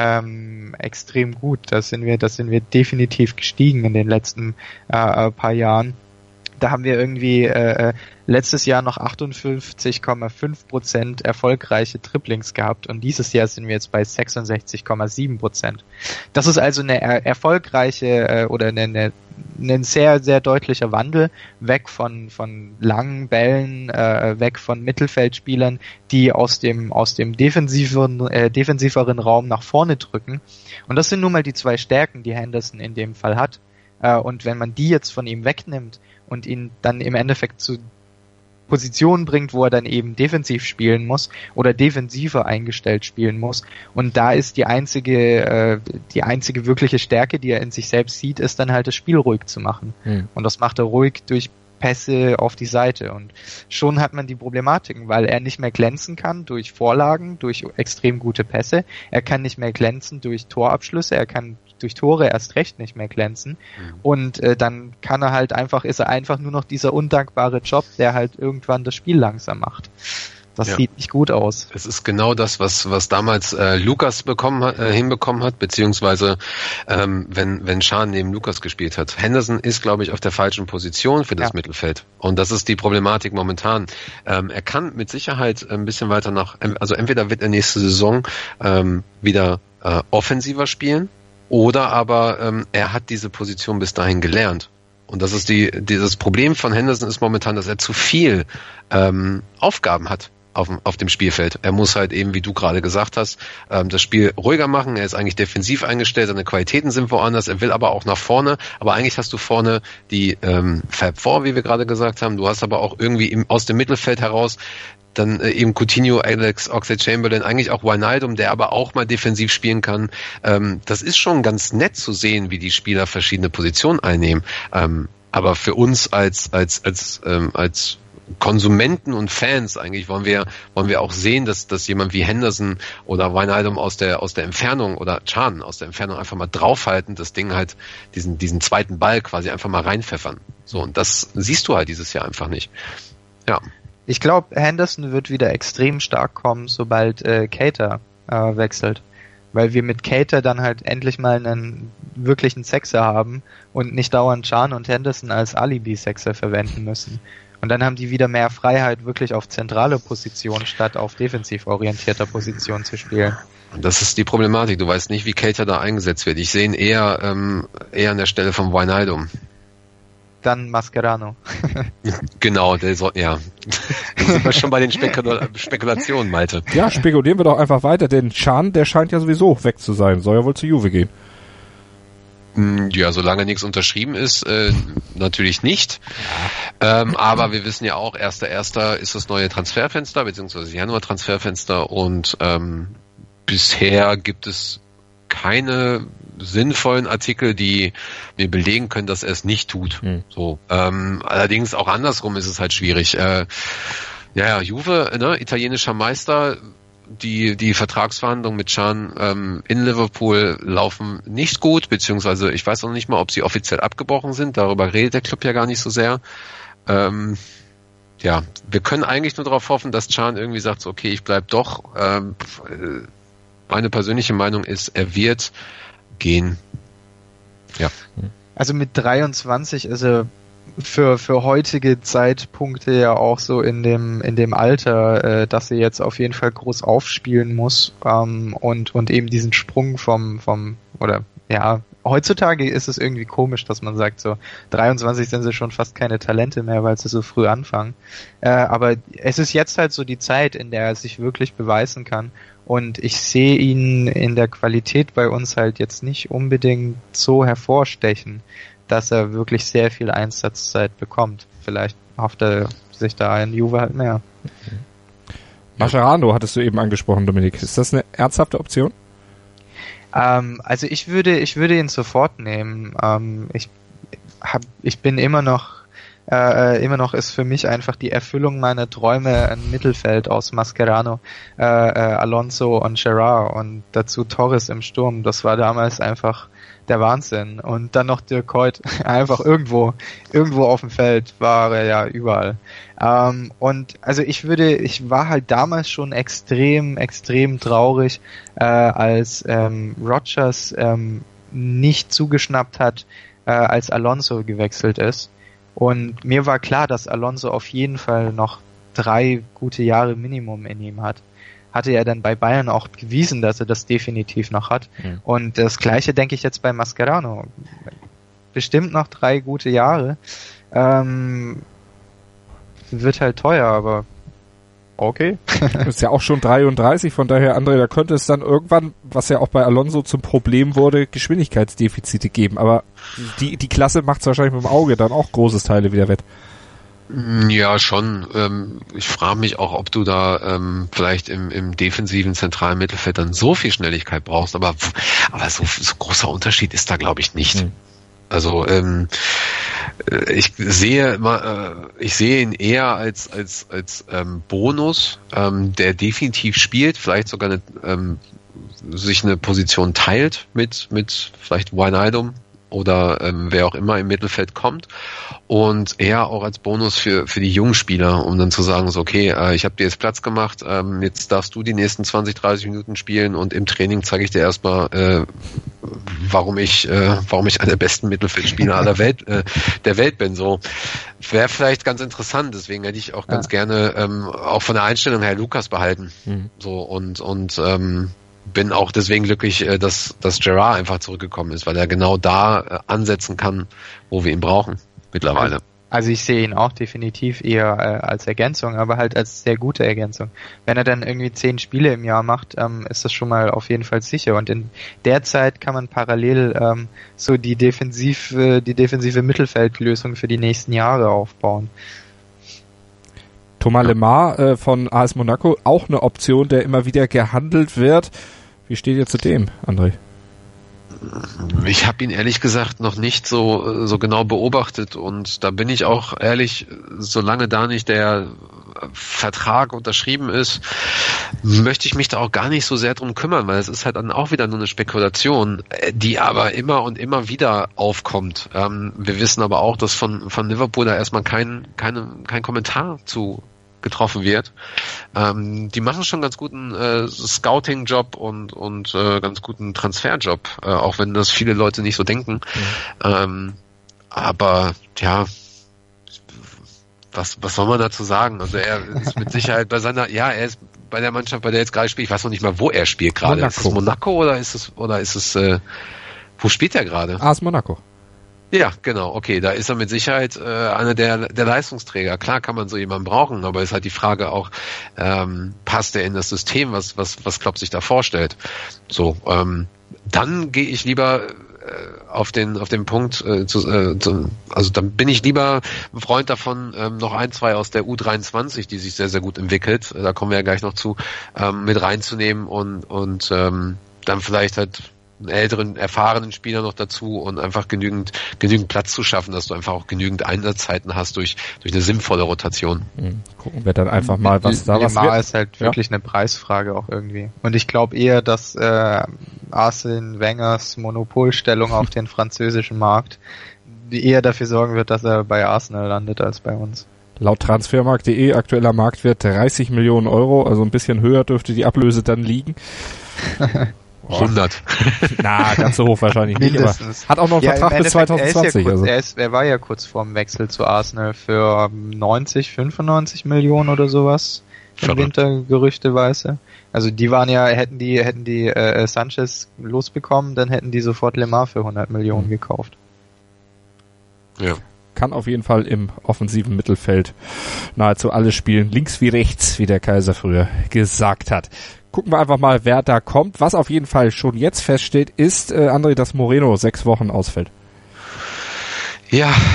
ähm, extrem gut. Das sind wir das sind wir definitiv gestiegen in den letzten äh, paar Jahren. Da haben wir irgendwie äh, letztes Jahr noch achtundfünfzig Komma fünf Prozent erfolgreiche Dribblings gehabt und dieses Jahr sind wir jetzt bei sechsundsechzig Komma sieben Prozent. Das ist also eine er- erfolgreiche äh, oder eine, eine ein sehr, sehr deutlicher Wandel weg von, von langen Bällen, äh, weg von Mittelfeldspielern, die aus dem, aus dem defensiveren, äh, defensiveren Raum nach vorne drücken. Und das sind nun mal die zwei Stärken, die Henderson in dem Fall hat. Äh, und wenn man die jetzt von ihm wegnimmt und ihn dann im Endeffekt zu Positionen bringt, wo er dann eben defensiv spielen muss oder defensiver eingestellt spielen muss. Und da ist die einzige, äh, die einzige wirkliche Stärke, die er in sich selbst sieht, ist dann halt das Spiel ruhig zu machen. Hm. Und das macht er ruhig durch Pässe auf die Seite. Und schon hat man die Problematiken, weil er nicht mehr glänzen kann durch Vorlagen, durch extrem gute Pässe. Er kann nicht mehr glänzen durch Torabschlüsse. Er kann durch Tore erst recht nicht mehr glänzen. Mhm. Und äh, dann kann er halt einfach, ist er einfach nur noch dieser undankbare Job, der halt irgendwann das Spiel langsam macht. Das ja. sieht nicht gut aus. Es ist genau das, was was damals äh, Lukas bekommen hat, äh, hinbekommen hat, beziehungsweise ähm, wenn wenn Can neben Lukas gespielt hat. Henderson ist, glaube ich, auf der falschen Position für das ja. Mittelfeld. Und das ist die Problematik momentan. Ähm, er kann mit Sicherheit ein bisschen weiter nach, also entweder wird er nächste Saison ähm, wieder äh, offensiver spielen, oder aber ähm, er hat diese Position bis dahin gelernt. Und das ist die dieses Problem von Henderson ist momentan, dass er zu viel ähm, Aufgaben hat auf, auf dem Spielfeld. Er muss halt eben, wie du gerade gesagt hast, ähm, das Spiel ruhiger machen. Er ist eigentlich defensiv eingestellt, seine Qualitäten sind woanders. Er will aber auch nach vorne. Aber eigentlich hast du vorne die ähm, Fab Four, wie wir gerade gesagt haben. Du hast aber auch irgendwie im, aus dem Mittelfeld heraus dann äh, eben Coutinho, Alex, Oxlade-Chamberlain, eigentlich auch Wijnaldum, der aber auch mal defensiv spielen kann. Ähm, das ist schon ganz nett zu sehen, wie die Spieler verschiedene Positionen einnehmen. Ähm, aber für uns als als als ähm, als Konsumenten und Fans eigentlich wollen wir wollen wir auch sehen, dass dass jemand wie Henderson oder Wijnaldum aus der aus der Entfernung oder Can aus der Entfernung einfach mal draufhalten, das Ding halt diesen diesen zweiten Ball quasi einfach mal reinpfeffern. So, und das siehst du halt dieses Jahr einfach nicht. Ja. Ich glaube, Henderson wird wieder extrem stark kommen, sobald äh, Keita äh, wechselt. Weil wir mit Keita dann halt endlich mal einen wirklichen Sechser haben und nicht dauernd Can und Henderson als Alibi-Sechser verwenden müssen. Und dann haben die wieder mehr Freiheit, wirklich auf zentrale Position statt auf defensiv orientierter Position zu spielen. Und das ist die Problematik. Du weißt nicht, wie Keita da eingesetzt wird. Ich sehe ihn eher, ähm, eher an der Stelle von Wijnaldum. Dann Mascherano. Genau, der soll, ja. Da sind wir schon bei den Spekula- Spekulationen, Malte. Ja, spekulieren wir doch einfach weiter, denn Can, der scheint ja sowieso weg zu sein. Soll ja wohl zu Juve gehen. Ja, solange nichts unterschrieben ist, äh, natürlich nicht. Ähm, aber wir wissen ja auch, erster erster ist das neue Transferfenster, beziehungsweise Januar-Transferfenster und ähm, bisher gibt es keine sinnvollen Artikel, die mir belegen können, dass er es nicht tut. Hm. So. Ähm, allerdings auch andersrum ist es halt schwierig. Äh, ja, ja, Juve, ne, italienischer Meister, die die Vertragsverhandlungen mit Can ähm, in Liverpool laufen nicht gut, beziehungsweise ich weiß auch nicht mal, ob sie offiziell abgebrochen sind. Darüber redet der Club ja gar nicht so sehr. Ähm, ja, wir können eigentlich nur darauf hoffen, dass Can irgendwie sagt, so, okay, ich bleib doch. Ähm, meine persönliche Meinung ist, er wird gehen. Ja. Also mit dreiundzwanzig ist er für für heutige Zeitpunkte ja auch so in dem in dem Alter, äh, dass er jetzt auf jeden Fall groß aufspielen muss ähm, und und eben diesen Sprung vom vom oder ja, heutzutage ist es irgendwie komisch, dass man sagt, so dreiundzwanzig sind sie schon fast keine Talente mehr, weil sie so früh anfangen. Äh, aber es ist jetzt halt so die Zeit, in der er sich wirklich beweisen kann. Und ich sehe ihn in der Qualität bei uns halt jetzt nicht unbedingt so hervorstechen, dass er wirklich sehr viel Einsatzzeit bekommt. Vielleicht hofft er sich da in Juve halt mehr. Mascherano hattest du eben angesprochen, Dominik. Ist das eine ernsthafte Option? Ähm, also ich würde, ich würde ihn sofort nehmen. Ähm, ich hab, ich bin immer noch Äh, immer noch ist für mich einfach die Erfüllung meiner Träume ein Mittelfeld aus Mascherano, äh, äh, Alonso und Gerrard und dazu Torres im Sturm. Das war damals einfach der Wahnsinn. Und dann noch Dirk Kuyt, einfach irgendwo, irgendwo auf dem Feld war er ja überall. Ähm, und also ich würde, ich war halt damals schon extrem, extrem traurig, äh, als ähm, Rodgers ähm, nicht zugeschnappt hat, äh, als Alonso gewechselt ist. Und mir war klar, dass Alonso auf jeden Fall noch drei gute Jahre Minimum in ihm hat. Hatte er dann bei Bayern auch bewiesen, dass er das definitiv noch hat. Mhm. Und das Gleiche denke ich jetzt bei Mascherano. Bestimmt noch drei gute Jahre. Ähm, wird halt teuer, aber okay. Ist ja auch schon dreiunddreißig, von daher, André, da könnte es dann irgendwann, was ja auch bei Alonso zum Problem wurde, Geschwindigkeitsdefizite geben. Aber die, die Klasse macht es wahrscheinlich mit dem Auge dann auch großes Teile wieder wett. Ja, schon. Ähm, ich frage mich auch, ob du da ähm, vielleicht im, im defensiven zentralen Mittelfeld dann so viel Schnelligkeit brauchst. Aber, aber so, so großer Unterschied ist da, glaube ich, nicht. Hm. Also ähm, ich sehe äh, ich sehe ihn eher als als als ähm, Bonus, ähm, der definitiv spielt, vielleicht sogar eine, ähm, sich eine Position teilt mit mit vielleicht Wijnaldum oder ähm, wer auch immer im Mittelfeld kommt, und eher auch als Bonus für für die jungen Spieler, um dann zu sagen, so okay, äh, ich habe dir jetzt Platz gemacht, ähm, jetzt darfst du die nächsten zwanzig, dreißig Minuten spielen und im Training zeige ich dir erstmal, äh, warum ich äh, warum ich einer der besten Mittelfeldspieler aller Welt äh, der Welt bin. So wäre vielleicht ganz interessant, deswegen hätte ich auch ganz ja. gerne ähm, auch von der Einstellung her Lukas behalten. Mhm. So und und ähm, bin auch deswegen glücklich, dass, dass Gerrard einfach zurückgekommen ist, weil er genau da ansetzen kann, wo wir ihn brauchen mittlerweile. Also ich sehe ihn auch definitiv eher äh, als Ergänzung, aber halt als sehr gute Ergänzung. Wenn er dann irgendwie zehn Spiele im Jahr macht, ähm, ist das schon mal auf jeden Fall sicher. Und in der Zeit kann man parallel ähm, so die defensive, die defensive Mittelfeldlösung für die nächsten Jahre aufbauen. Thomas Lemar äh, von A S Monaco, auch eine Option, der immer wieder gehandelt wird. Wie steht ihr zu dem, André? Ich habe ihn ehrlich gesagt noch nicht so so genau beobachtet, und da bin ich auch ehrlich, solange da nicht der Vertrag unterschrieben ist, möchte ich mich da auch gar nicht so sehr drum kümmern, weil es ist halt dann auch wieder nur eine Spekulation, die aber immer und immer wieder aufkommt. Ähm, wir wissen aber auch, dass von von Liverpool da erstmal kein keine, kein Kommentar zu getroffen wird. Ähm, die machen schon einen ganz guten äh, Scouting-Job und und äh, ganz guten Transfer-Job, äh, auch wenn das viele Leute nicht so denken. Mhm. Ähm, aber ja, was was soll man dazu sagen? Also er ist mit Sicherheit bei seiner, ja, er ist bei der Mannschaft, bei der jetzt gerade spielt. Ich weiß noch nicht mal, wo er spielt gerade. Ist es Monaco oder ist es oder ist es äh, wo spielt er gerade? A S Monaco. Ja, genau, okay, da ist er mit Sicherheit äh, einer der der Leistungsträger. Klar kann man so jemanden brauchen, aber ist halt die Frage auch, ähm, passt er in das System, was was was Klopp sich da vorstellt. So, ähm, dann gehe ich lieber äh, auf den auf den Punkt, äh, zu, äh, zu, also dann bin ich lieber ein Freund davon, ähm, noch ein, zwei aus der U dreiundzwanzig, die sich sehr, sehr gut entwickelt, da kommen wir ja gleich noch zu, ähm, mit reinzunehmen und und ähm, dann vielleicht halt einen älteren, erfahrenen Spieler noch dazu und einfach genügend genügend Platz zu schaffen, dass du einfach auch genügend Einsatzzeiten hast durch durch eine sinnvolle Rotation. Mhm. Gucken wir dann einfach mal, was da was wird. Ist halt wirklich ja. eine Preisfrage auch irgendwie. Und ich glaube eher, dass äh, Arsene Wengers Monopolstellung auf den französischen Markt die eher dafür sorgen wird, dass er bei Arsenal landet als bei uns. Laut Transfermarkt punkt de aktueller Marktwert dreißig Millionen Euro, also ein bisschen höher dürfte die Ablöse dann liegen. hundert. Na, ganz so hoch wahrscheinlich nicht, aber hat auch noch einen ja, Vertrag bis zwanzig zwanzig. Er, ja kurz, also. er, ist, er war ja kurz vorm Wechsel zu Arsenal für neunzig, fünfundneunzig Millionen oder sowas. Im Winter gerüchteweise. Also die waren ja, hätten die hätten die äh, Sanchez losbekommen, dann hätten die sofort Lemar für hundert Millionen gekauft. Ja. Kann auf jeden Fall im offensiven Mittelfeld nahezu alles spielen. Links wie rechts, wie der Kaiser früher gesagt hat. Gucken wir einfach mal, wer da kommt. Was auf jeden Fall schon jetzt feststeht, ist, äh, André, dass Moreno sechs Wochen ausfällt. Ja,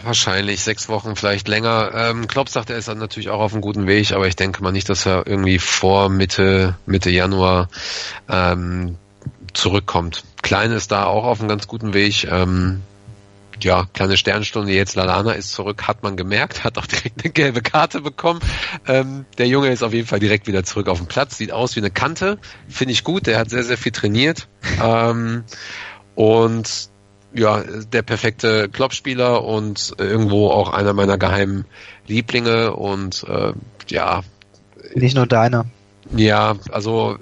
wahrscheinlich sechs Wochen, vielleicht länger. Ähm, Klopp sagt, er ist dann natürlich auch auf einem guten Weg, aber ich denke mal nicht, dass er irgendwie vor Mitte, Mitte Januar ähm, zurückkommt. Klein ist da auch auf einem ganz guten Weg. Ähm, ja, kleine Sternstunde, jetzt Lallana ist zurück, hat man gemerkt, hat auch direkt eine gelbe Karte bekommen. Ähm, der Junge ist auf jeden Fall direkt wieder zurück auf dem Platz, sieht aus wie eine Kante, finde ich gut, der hat sehr, sehr viel trainiert. Ähm, und ja, der perfekte Klopp-Spieler und irgendwo auch einer meiner geheimen Lieblinge und äh, ja. Nicht nur deiner. Ja, also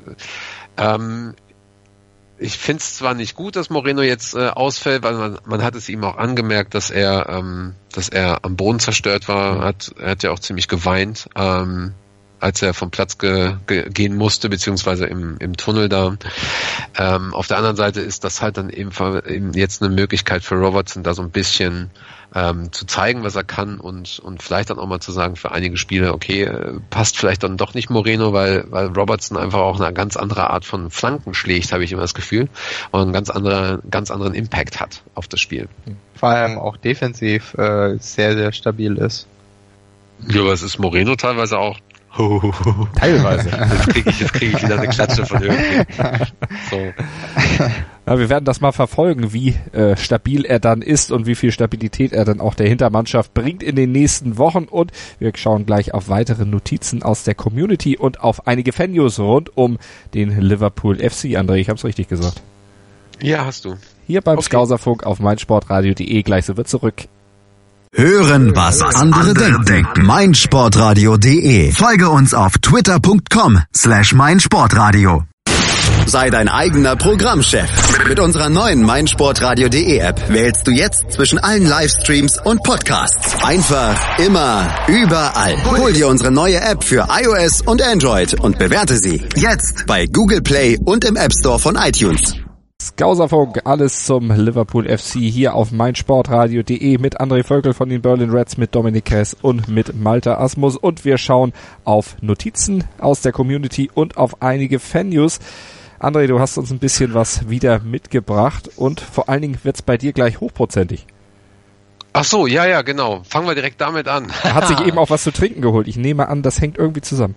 ähm, ich finde es zwar nicht gut, dass Moreno jetzt äh, ausfällt, weil man, man hat es ihm auch angemerkt, dass er, ähm, dass er am Boden zerstört war. Hat, er hat ja auch ziemlich geweint, ähm, als er vom Platz ge, ge, gehen musste, beziehungsweise im, im Tunnel da. Ähm, auf der anderen Seite ist das halt dann eben, eben jetzt eine Möglichkeit für Robertson, da so ein bisschen ähm, zu zeigen, was er kann und und vielleicht dann auch mal zu sagen für einige Spiele, okay, äh, passt vielleicht dann doch nicht Moreno, weil weil Robertson einfach auch eine ganz andere Art von Flanken schlägt, habe ich immer das Gefühl, und einen ganz andere, ganz anderen Impact hat auf das Spiel. Vor allem auch defensiv äh, sehr, sehr stabil ist. Ja, aber es ist Moreno teilweise auch. Teilweise. Jetzt kriege ich, jetzt krieg ich wieder eine Klatsche von irgendwie. So. Ja, wir werden das mal verfolgen, wie äh, stabil er dann ist und wie viel Stabilität er dann auch der Hintermannschaft bringt in den nächsten Wochen. Und wir schauen gleich auf weitere Notizen aus der Community und auf einige Fan-News rund um den Liverpool F C. André, ich habe es richtig gesagt. Ja, hast du. Hier beim Okay. Skauserfunk auf meinsportradio punkt de. Gleich so wird zurück. Hören, was andere denken. meinsportradio punkt de. Folge uns auf twitter punkt com slash meinsportradio. Sei dein eigener Programmchef. Mit unserer neuen meinsportradio punkt de App wählst du jetzt zwischen allen Livestreams und Podcasts. Einfach, immer, überall. Hol dir unsere neue App für iOS und Android und bewerte sie jetzt bei Google Play und im App Store von iTunes. Skauserfunk, alles zum Liverpool F C hier auf meinsportradio punkt de mit André Völkel von den Berlin Reds, mit Dominik Hess und mit Malte Asmus, und wir schauen auf Notizen aus der Community und auf einige Fan-News. André, du hast uns ein bisschen was wieder mitgebracht und vor allen Dingen wird's bei dir gleich hochprozentig. Ach so, ja, ja, genau. Fangen wir direkt damit an. Er hat sich eben auch was zu trinken geholt. Ich nehme an, das hängt irgendwie zusammen.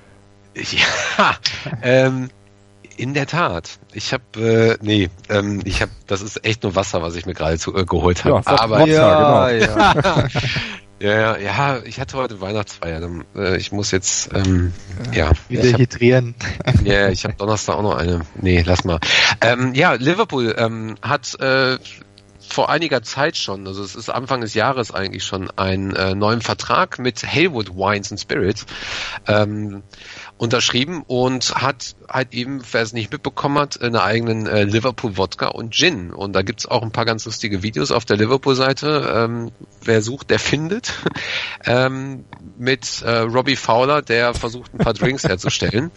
Ja, ähm, in der Tat. Ich habe, äh, nee, ähm, ich habe, das ist echt nur Wasser, was ich mir gerade zu, äh, geholt habe. Ja, Aber Wodka, ja, genau. ja. ja, ja, ja, ich hatte heute Weihnachtsfeier. Dann, äh, ich muss jetzt, ähm, ja, Wieder ich hab, hydrieren. ja, ich habe Donnerstag auch noch eine. Nee, lass mal. Ähm, ja, Liverpool ähm, hat äh, vor einiger Zeit schon, also es ist Anfang des Jahres eigentlich schon, einen äh, neuen Vertrag mit Halewood Wines and Spirits ähm, unterschrieben und hat halt eben, wer es nicht mitbekommen hat, einen eigenen äh, Liverpool Wodka und Gin. Und da gibt's auch ein paar ganz lustige Videos auf der Liverpool-Seite. Ähm, wer sucht, der findet. ähm, mit äh, Robbie Fowler, der versucht, ein paar Drinks herzustellen.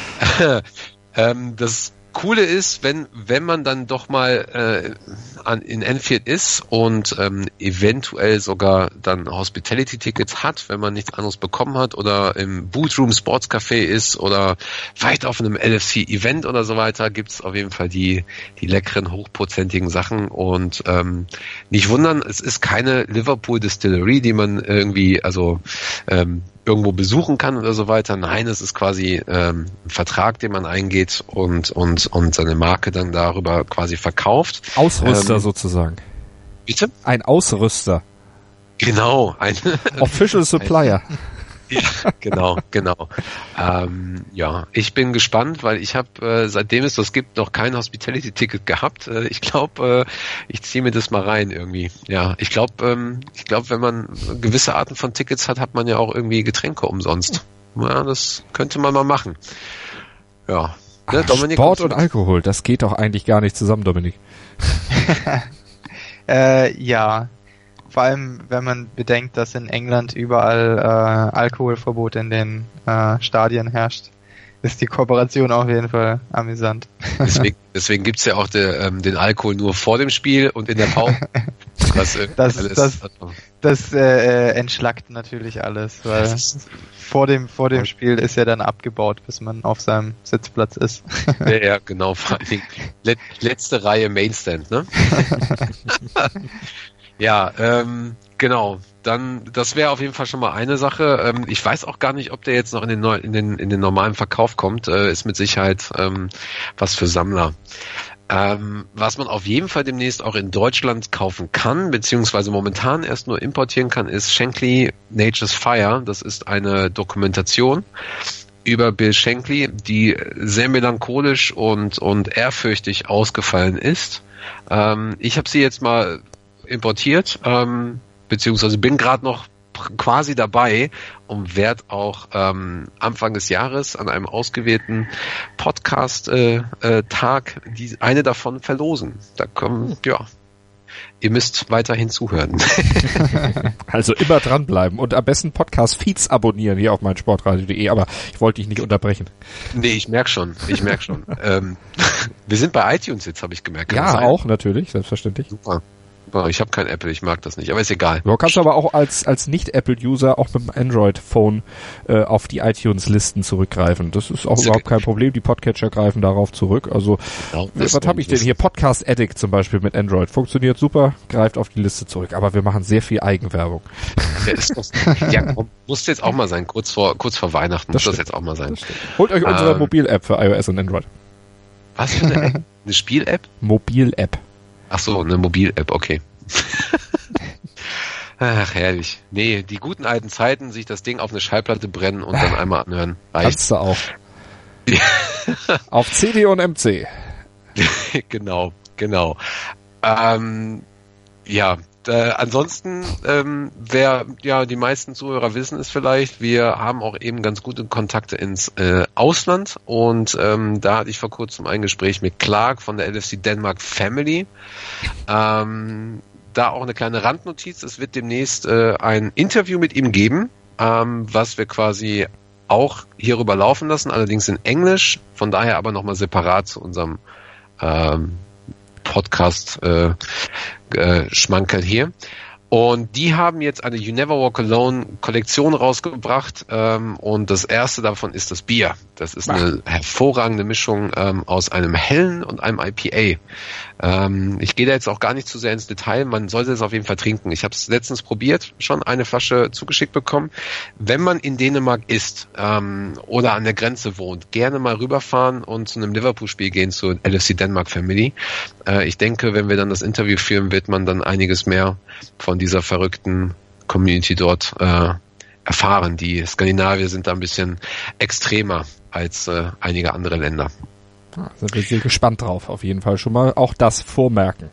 ähm, das Coole ist, wenn wenn man dann doch mal äh, an, in Anfield ist und ähm, eventuell sogar dann Hospitality-Tickets hat, wenn man nichts anderes bekommen hat, oder im Bootroom Sports Café ist oder vielleicht auf einem L F C-Event oder so weiter, gibt's auf jeden Fall die die leckeren, hochprozentigen Sachen. Und ähm, nicht wundern, es ist keine Liverpool Distillery, die man irgendwie also ähm, irgendwo besuchen kann oder so weiter. Nein, es ist quasi ähm, ein Vertrag, den man eingeht und und und seine Marke dann darüber quasi verkauft. Ausrüster ähm, sozusagen. Bitte? Ein Ausrüster. Genau, ein Official Supplier. ja, genau, genau. Ähm, ja, ich bin gespannt, weil ich habe, äh, seitdem es das gibt, noch kein Hospitality-Ticket gehabt. Äh, ich glaube, äh, ich ziehe mir das mal rein irgendwie. Ja, ich glaube, ähm, ich glaube, wenn man gewisse Arten von Tickets hat, hat man ja auch irgendwie Getränke umsonst. Ja, das könnte man mal machen. Ja. Ne, Ach, Dominik, Sport kommst und du- Alkohol, das geht doch eigentlich gar nicht zusammen, Dominik. Äh, ja. Vor allem, wenn man bedenkt, dass in England überall äh, Alkoholverbot in den äh, Stadien herrscht, ist die Kooperation auf jeden Fall amüsant. Deswegen, deswegen gibt's ja auch de, ähm, den Alkohol nur vor dem Spiel und in der Pause. Das, äh, Das- alles, das- also, Das äh, äh, entschlackt natürlich alles, weil das ist, vor dem vor dem Spiel ist ja dann abgebaut, bis man auf seinem Sitzplatz ist. ja, ja, genau, vor allen Dingen Let, letzte Reihe Mainstand, ne? Ja, ähm, Genau, dann, das wäre auf jeden Fall schon mal eine Sache. Ähm, ich weiß auch gar nicht, ob der jetzt noch in den, neu, in den, in den normalen Verkauf kommt. Äh, ist mit Sicherheit ähm, was für Sammler. Ähm, was man auf jeden Fall demnächst auch in Deutschland kaufen kann, beziehungsweise momentan erst nur importieren kann, ist Shankly Nature's Fire. Das ist eine Dokumentation über Bill Shankly, die sehr melancholisch und, und ehrfürchtig ausgefallen ist. Ähm, ich habe sie jetzt mal importiert, ähm, beziehungsweise bin gerade noch quasi dabei und werde auch ähm, Anfang des Jahres an einem ausgewählten Podcast-Tag äh, äh, die eine davon verlosen. Da kommen, ja, ihr müsst weiterhin zuhören. Also immer dranbleiben und am besten Podcast-Feeds abonnieren hier auf meinsportradio punkt de, aber ich wollte dich nicht unterbrechen. Nee, ich merk schon, ich merk schon. ähm, wir sind bei iTunes jetzt, habe ich gemerkt. Kann ja, auch natürlich, selbstverständlich. Super. Ich habe kein Apple, ich mag das nicht, aber ist egal. Du kannst aber auch als als Nicht-Apple-User auch mit dem Android-Phone äh, auf die iTunes-Listen zurückgreifen. Das ist auch das überhaupt kein Problem. Die Podcatcher greifen darauf zurück. Also genau, was habe ich denn hier? Podcast Addict zum Beispiel mit Android. Funktioniert super, greift auf die Liste zurück. Aber wir machen sehr viel Eigenwerbung. Ja, ist doch, ja muss jetzt auch mal sein. Kurz vor kurz vor Weihnachten das muss stimmt. das jetzt auch mal sein. Holt euch unsere ähm, Mobil-App für iOS und Android. Was für eine App? Eine Spiel-App? Mobil-App. Ach so, eine Mobil-App, okay. Ach, herrlich. Nee, die guten alten Zeiten, sich das Ding auf eine Schallplatte brennen und dann einmal anhören. Kannst du auch. Auf C D und M C. Genau, genau. Ähm, ja, äh, ansonsten, ähm, wer, ja, die meisten Zuhörer wissen es vielleicht, wir haben auch eben ganz gute Kontakte ins äh, Ausland und ähm, da hatte ich vor kurzem ein Gespräch mit Clark von der L F C Denmark Family. Ähm, da auch eine kleine Randnotiz, es wird demnächst äh, ein Interview mit ihm geben, ähm, was wir quasi auch hierüber laufen lassen, allerdings in Englisch, von daher aber nochmal separat zu unserem ähm, Podcast äh, äh, Schmankerl hier. Und die haben jetzt eine You Never Walk Alone Kollektion rausgebracht ähm, und das erste davon ist das Bier. Das ist eine hervorragende Mischung ähm, aus einem hellen und einem I P A. Ähm, ich gehe da jetzt auch gar nicht zu sehr ins Detail, man sollte es auf jeden Fall trinken. Ich habe es letztens probiert, schon eine Flasche zugeschickt bekommen. Wenn man in Dänemark ist ähm, oder an der Grenze wohnt, gerne mal rüberfahren und zu einem Liverpool-Spiel gehen, zur L F C Denmark Family. Äh, ich denke, wenn wir dann das Interview führen, wird man dann einiges mehr von dieser verrückten Community dort äh, erfahren. Die Skandinavier sind da ein bisschen extremer als äh, einige andere Länder. Da sind wir sehr gespannt drauf, auf jeden Fall schon mal auch das vormerken.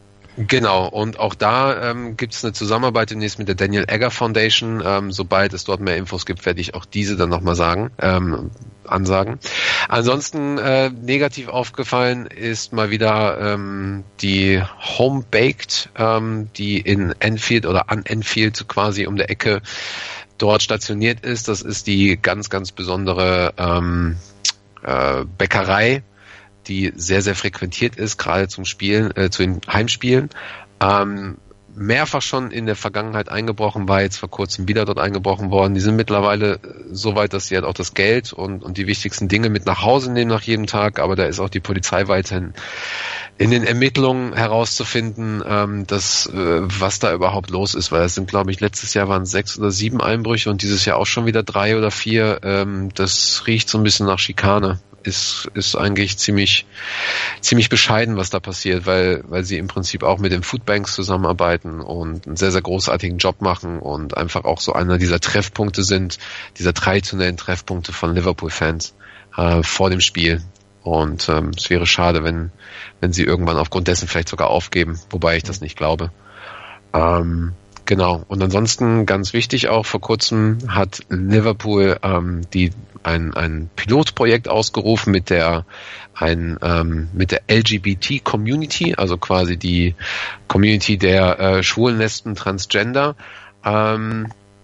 Genau, und auch da ähm, gibt es eine Zusammenarbeit demnächst mit der Daniel Egger Foundation. Ähm, sobald es dort mehr Infos gibt, werde ich auch diese dann nochmal sagen, ähm, ansagen. Ansonsten äh, negativ aufgefallen ist mal wieder ähm, die Home Baked, ähm, die in Enfield oder an Enfield quasi um der Ecke dort stationiert ist. Das ist die ganz, ganz besondere ähm, äh, Bäckerei, die sehr, sehr frequentiert ist, gerade zum Spielen, äh, zu den Heimspielen. Ähm, mehrfach schon in der Vergangenheit eingebrochen, war jetzt vor kurzem wieder dort eingebrochen worden. Die sind mittlerweile so weit, dass sie halt auch das Geld und, und die wichtigsten Dinge mit nach Hause nehmen nach jedem Tag, aber da ist auch die Polizei weiterhin in den Ermittlungen herauszufinden, ähm, dass, äh, was da überhaupt los ist, weil es sind, glaube ich, letztes Jahr waren es sechs oder sieben Einbrüche und dieses Jahr auch schon wieder drei oder vier. Ähm, das riecht so ein bisschen nach Schikane. Ist, ist eigentlich ziemlich, ziemlich bescheiden, was da passiert, weil, weil sie im Prinzip auch mit den Foodbanks zusammenarbeiten und einen sehr, sehr großartigen Job machen und einfach auch so einer dieser Treffpunkte sind, dieser traditionellen Treffpunkte von Liverpool-Fans äh, vor dem Spiel. Und ähm, es wäre schade, wenn, wenn sie irgendwann aufgrund dessen vielleicht sogar aufgeben, wobei ich das nicht glaube. Ähm, Genau. Und ansonsten ganz wichtig auch, vor kurzem hat Liverpool ähm, die ein ein Pilotprojekt ausgerufen mit der ein ähm, mit der L G B T Community, also quasi die Community der äh, Schwulen, Lesben, Transgender. Ähm,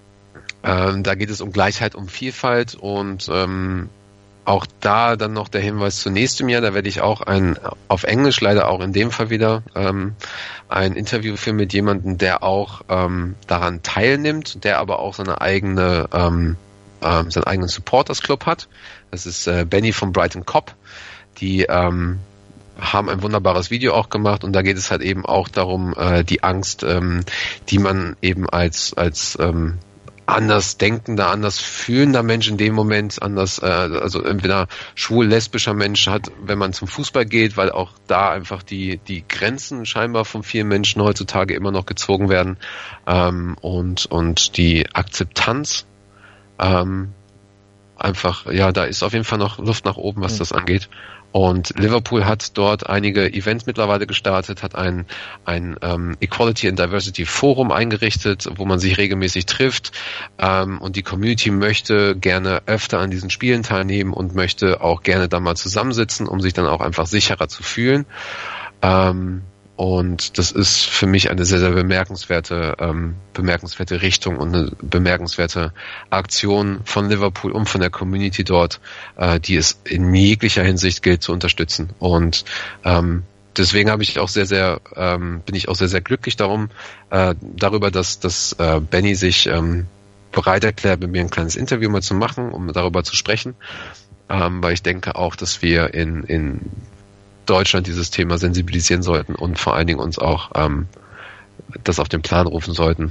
ähm, da geht es um Gleichheit, um Vielfalt und ähm, auch da dann noch der Hinweis zu nächstem Jahr, da werde ich auch ein, auf Englisch leider auch in dem Fall wieder, ähm, ein Interview führen mit jemandem, der auch ähm, daran teilnimmt, der aber auch seine eigene, ähm, ähm, seinen eigenen Supporters Club hat. Das ist äh, Benny von Brighton Cop, die ähm, haben ein wunderbares Video auch gemacht und da geht es halt eben auch darum, äh, die Angst, ähm, die man eben als als ähm, anders denkender, anders fühlender Mensch in dem Moment, anders, äh, also entweder schwul, lesbischer Mensch hat, wenn man zum Fußball geht, weil auch da einfach die die Grenzen scheinbar von vielen Menschen heutzutage immer noch gezogen werden ähm, und und die Akzeptanz ähm, einfach, ja, da ist auf jeden Fall noch Luft nach oben, was das angeht. Und Liverpool hat dort einige Events mittlerweile gestartet, hat ein, ein ähm, Equality and Diversity Forum eingerichtet, wo man sich regelmäßig trifft. Ähm, und die Community möchte gerne öfter an diesen Spielen teilnehmen und möchte auch gerne da mal zusammensitzen, um sich dann auch einfach sicherer zu fühlen. Ähm, Und das ist für mich eine sehr, sehr bemerkenswerte, ähm, bemerkenswerte Richtung und eine bemerkenswerte Aktion von Liverpool und von der Community dort, äh, die es in jeglicher Hinsicht gilt zu unterstützen. Und ähm, deswegen habe ich auch sehr, sehr, ähm, bin ich auch sehr, sehr glücklich darum, äh, darüber, dass, dass äh, Benny sich ähm, bereit erklärt, mit mir ein kleines Interview mal zu machen, um darüber zu sprechen. Ähm, weil ich denke auch, dass wir in, in Deutschland dieses Thema sensibilisieren sollten und vor allen Dingen uns auch ähm, das auf den Plan rufen sollten.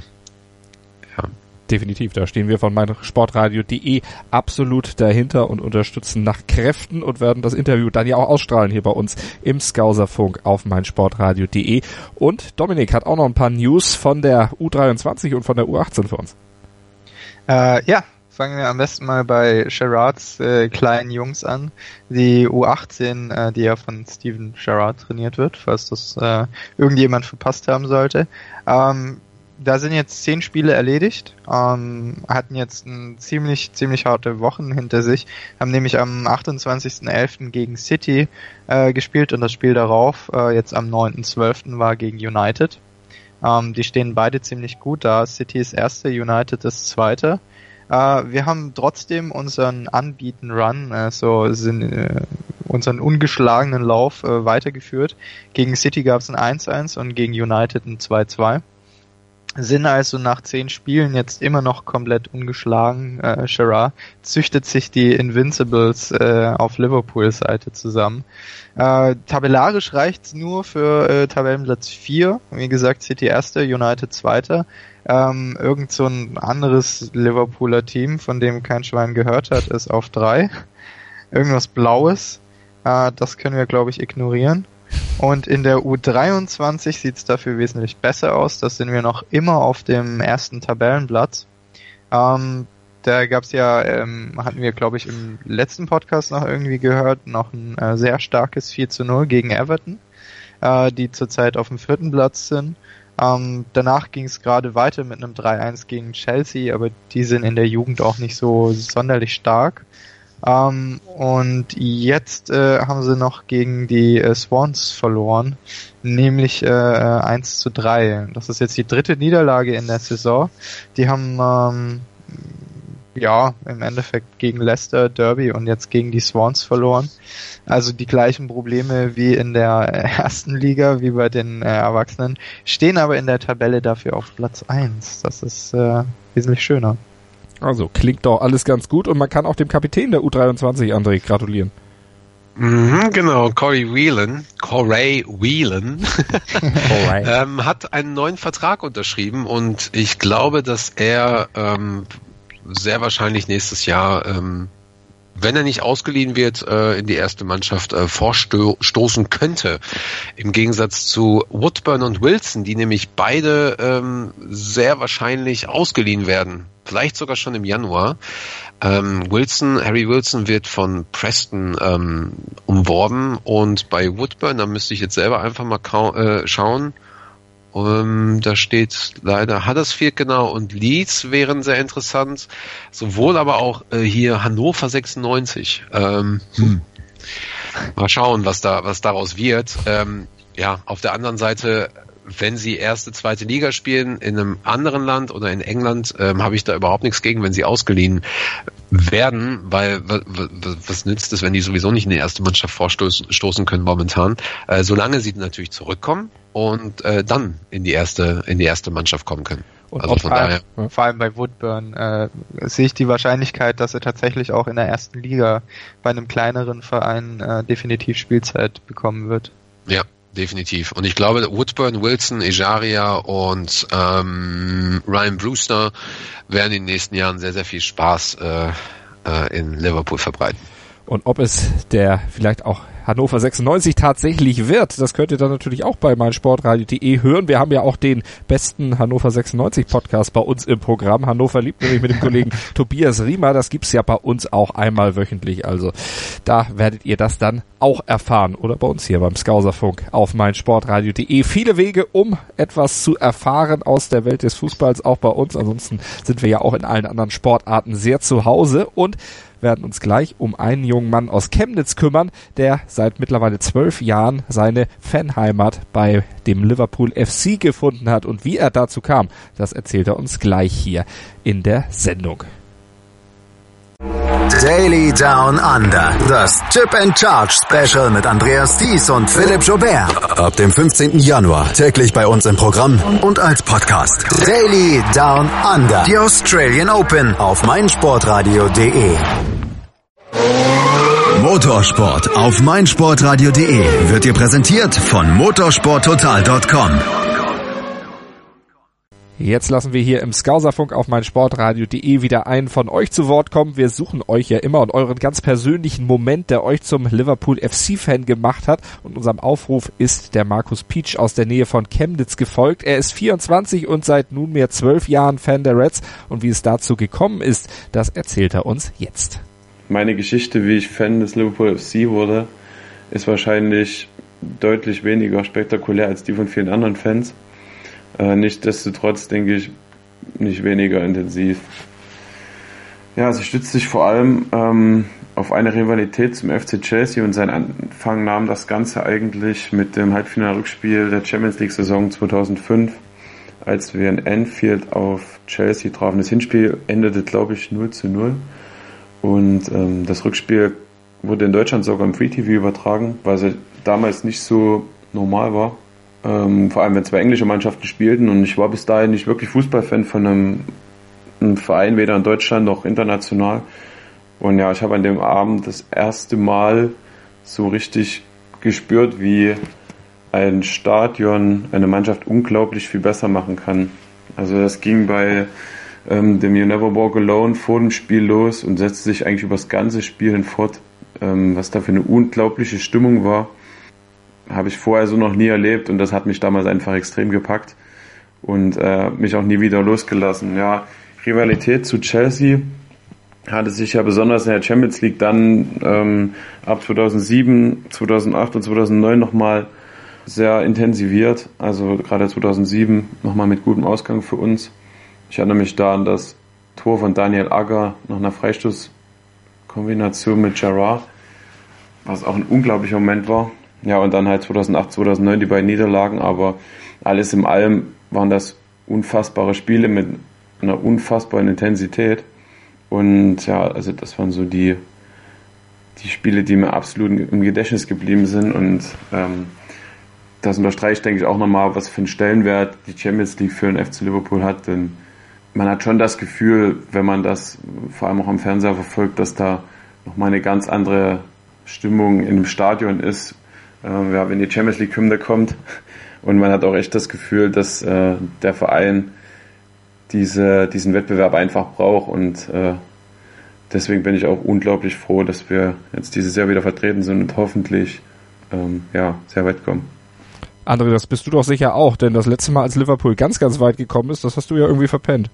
Ja. Definitiv, da stehen wir von meinsportradio punkt de absolut dahinter und unterstützen nach Kräften und werden das Interview dann ja auch ausstrahlen hier bei uns im Skauserfunk auf meinsportradio punkt de. Und Dominik hat auch noch ein paar News von der U dreiundzwanzig und von der U achtzehn für uns. Äh, ja. Fangen wir am besten mal bei Gerrards äh, kleinen Jungs an. Die U achtzehn, äh, die ja von Steven Gerrard trainiert wird, falls das äh, irgendjemand verpasst haben sollte. Ähm, da sind jetzt zehn Spiele erledigt, ähm, hatten jetzt ein ziemlich, ziemlich harte Wochen hinter sich, haben nämlich am achtundzwanzigsten elften gegen City äh, gespielt und das Spiel darauf, äh, jetzt am neunten zwölften war gegen United. Ähm, die stehen beide ziemlich gut da. City ist Erste, United ist Zweite. Uh, wir haben trotzdem unseren unbeaten Run, also sind, äh, unseren ungeschlagenen Lauf äh, weitergeführt. Gegen City gab es ein eins eins und gegen United ein zwei zwei. Sind also nach zehn Spielen jetzt immer noch komplett ungeschlagen. Äh, Gerrard züchtet sich die Invincibles äh, auf Liverpools Seite zusammen. Äh, tabellarisch reicht's nur für äh, Tabellenplatz vier. Wie gesagt, City Erster, United Zweiter. Ähm, irgend so ein anderes Liverpooler Team, von dem kein Schwein gehört hat, ist auf drei. Irgendwas Blaues. Äh, das können wir, glaube ich, ignorieren. Und in der U dreiundzwanzig sieht's dafür wesentlich besser aus. Da sind wir noch immer auf dem ersten Tabellenplatz. Ähm, da gab's ja, ähm, hatten wir, glaube ich, im letzten Podcast noch irgendwie gehört, noch ein äh, sehr starkes vier zu null gegen Everton, äh, die zurzeit auf dem vierten Platz sind. Ähm, danach ging es gerade weiter mit einem drei eins gegen Chelsea, aber die sind in der Jugend auch nicht so sonderlich stark. Ähm, und jetzt äh, haben sie noch gegen die äh, Swans verloren, nämlich äh, eins zu drei. Das ist jetzt die dritte Niederlage in der Saison. Die haben ähm, ja im Endeffekt gegen Leicester, Derby und jetzt gegen die Swans verloren. Also die gleichen Probleme wie in der ersten Liga, wie bei den äh, Erwachsenen, stehen aber in der Tabelle dafür auf Platz eins. Das ist äh, wesentlich schöner. Also klingt doch alles ganz gut und man kann auch dem Kapitän der U dreiundzwanzig, André, gratulieren. Mhm, genau, Corey Whelan, Corey Whelan ähm, hat einen neuen Vertrag unterschrieben und ich glaube, dass er ähm, sehr wahrscheinlich nächstes Jahr, ähm, wenn er nicht ausgeliehen wird, äh, in die erste Mannschaft äh, vorstoßen könnte. Im Gegensatz zu Woodburn und Wilson, die nämlich beide ähm, sehr wahrscheinlich ausgeliehen werden. Vielleicht sogar schon im Januar. Ähm, Wilson, Harry Wilson wird von Preston ähm, umworben und bei Woodburn, da müsste ich jetzt selber einfach mal kau- äh, schauen. Um, da steht leider Huddersfield genau und Leeds wären sehr interessant. Sowohl aber auch äh, hier Hannover sechsundneunzig. Ähm, hm. Mal schauen, was da was daraus wird. Ähm, ja, auf der anderen Seite, wenn sie erste, zweite Liga spielen in einem anderen Land oder in England, ähm, habe ich da überhaupt nichts gegen, wenn sie ausgeliehen werden, weil w- w- was nützt es, wenn die sowieso nicht in die erste Mannschaft vorstoßen können momentan, äh, solange sie natürlich zurückkommen und äh, dann in die erste in die erste Mannschaft kommen können. Und also von daher. Allem, vor allem bei Woodburn äh, sehe ich die Wahrscheinlichkeit, dass er tatsächlich auch in der ersten Liga bei einem kleineren Verein äh, definitiv Spielzeit bekommen wird. Ja, definitiv. Und ich glaube, Woodburn, Wilson, Ejaria und ähm, Ryan Brewster werden in den nächsten Jahren sehr, sehr viel Spaß äh, äh, in Liverpool verbreiten. Und ob es der vielleicht auch Hannover sechsundneunzig tatsächlich wird, das könnt ihr dann natürlich auch bei meinsportradio punkt de hören. Wir haben ja auch den besten Hannover sechsundneunzig Podcast bei uns im Programm. Hannover liebt nämlich mit dem Kollegen Tobias Riemer. Das gibt's ja bei uns auch einmal wöchentlich. Also da werdet ihr das dann auch erfahren. Oder bei uns hier beim Skauserfunk auf meinsportradio punkt de. Viele Wege, um etwas zu erfahren aus der Welt des Fußballs, auch bei uns. Ansonsten sind wir ja auch in allen anderen Sportarten sehr zu Hause und werden uns gleich um einen jungen Mann aus Chemnitz kümmern, der seit mittlerweile zwölf Jahren seine Fanheimat bei dem Liverpool F C gefunden hat. Und wie er dazu kam, das erzählt er uns gleich hier in der Sendung. Daily Down Under, das Chip and Charge Special mit Andreas Thies und Philipp Joubert. Ab dem fünfzehnten Januar täglich bei uns im Programm und als Podcast. Daily Down Under, die Australian Open auf meinsportradio punkt de. Motorsport auf meinsportradio punkt de wird dir präsentiert von motorsporttotal punkt com. Jetzt lassen wir hier im Skauserfunk auf meinsportradio punkt de wieder einen von euch zu Wort kommen. Wir suchen euch ja immer und euren ganz persönlichen Moment, der euch zum Liverpool F C-Fan gemacht hat. Und unserem Aufruf ist der Markus Pietsch aus der Nähe von Chemnitz gefolgt. Er ist vierundzwanzig und seit nunmehr zwölf Jahren Fan der Reds. Und wie es dazu gekommen ist, das erzählt er uns jetzt. Meine Geschichte, wie ich Fan des Liverpool F C wurde, ist wahrscheinlich deutlich weniger spektakulär als die von vielen anderen Fans. Äh, nichtsdestotrotz denke ich nicht weniger intensiv. Ja, sie stützt sich vor allem ähm, auf eine Rivalität zum F C Chelsea und seinen Anfang nahm das Ganze eigentlich mit dem Halbfinalrückspiel der Champions League Saison zweitausendfünf, als wir in Anfield auf Chelsea trafen. Das Hinspiel endete, glaube ich, null zu null. Und ähm, das Rückspiel wurde in Deutschland sogar im Free T V übertragen, weil es damals nicht so normal war. Ähm, vor allem, wenn zwei englische Mannschaften spielten. Und ich war bis dahin nicht wirklich Fußballfan von einem, einem Verein, weder in Deutschland noch international. Und ja, ich habe an dem Abend das erste Mal so richtig gespürt, wie ein Stadion eine Mannschaft unglaublich viel besser machen kann. Also das ging bei ähm, dem You Never Walk Alone vor dem Spiel los und setzte sich eigentlich über das ganze Spiel hinfort, ähm, was da für eine unglaubliche Stimmung war. Habe ich vorher so noch nie erlebt und das hat mich damals einfach extrem gepackt und äh, mich auch nie wieder losgelassen. Ja, Rivalität zu Chelsea hatte sich ja besonders in der Champions League dann ähm, ab zweitausendsieben, zweitausendacht und zweitausendneun nochmal sehr intensiviert. Also gerade zweitausendsieben nochmal mit gutem Ausgang für uns. Ich erinnere mich da an das Tor von Daniel Agger nach einer Freistoßkombination mit Gerrard, was auch ein unglaublicher Moment war. Ja, und dann halt zweitausendacht, zweitausendneun die beiden Niederlagen, aber alles in allem waren das unfassbare Spiele mit einer unfassbaren Intensität. Und ja, also das waren so die, die Spiele, die mir absolut im Gedächtnis geblieben sind. Und ähm, das unterstreicht, denke ich, auch nochmal, was für einen Stellenwert die Champions League für den F C Liverpool hat. Denn man hat schon das Gefühl, wenn man das vor allem auch am Fernseher verfolgt, dass da nochmal eine ganz andere Stimmung in dem Stadion ist, äh, ja, wenn die Champions League-Hymne kommt. Und man hat auch echt das Gefühl, dass äh, der Verein diese, diesen Wettbewerb einfach braucht. Und äh, deswegen bin ich auch unglaublich froh, dass wir jetzt dieses Jahr wieder vertreten sind und hoffentlich ähm, ja, sehr weit kommen. André, das bist du doch sicher auch, denn das letzte Mal, als Liverpool ganz, ganz weit gekommen ist, das hast du ja irgendwie verpennt.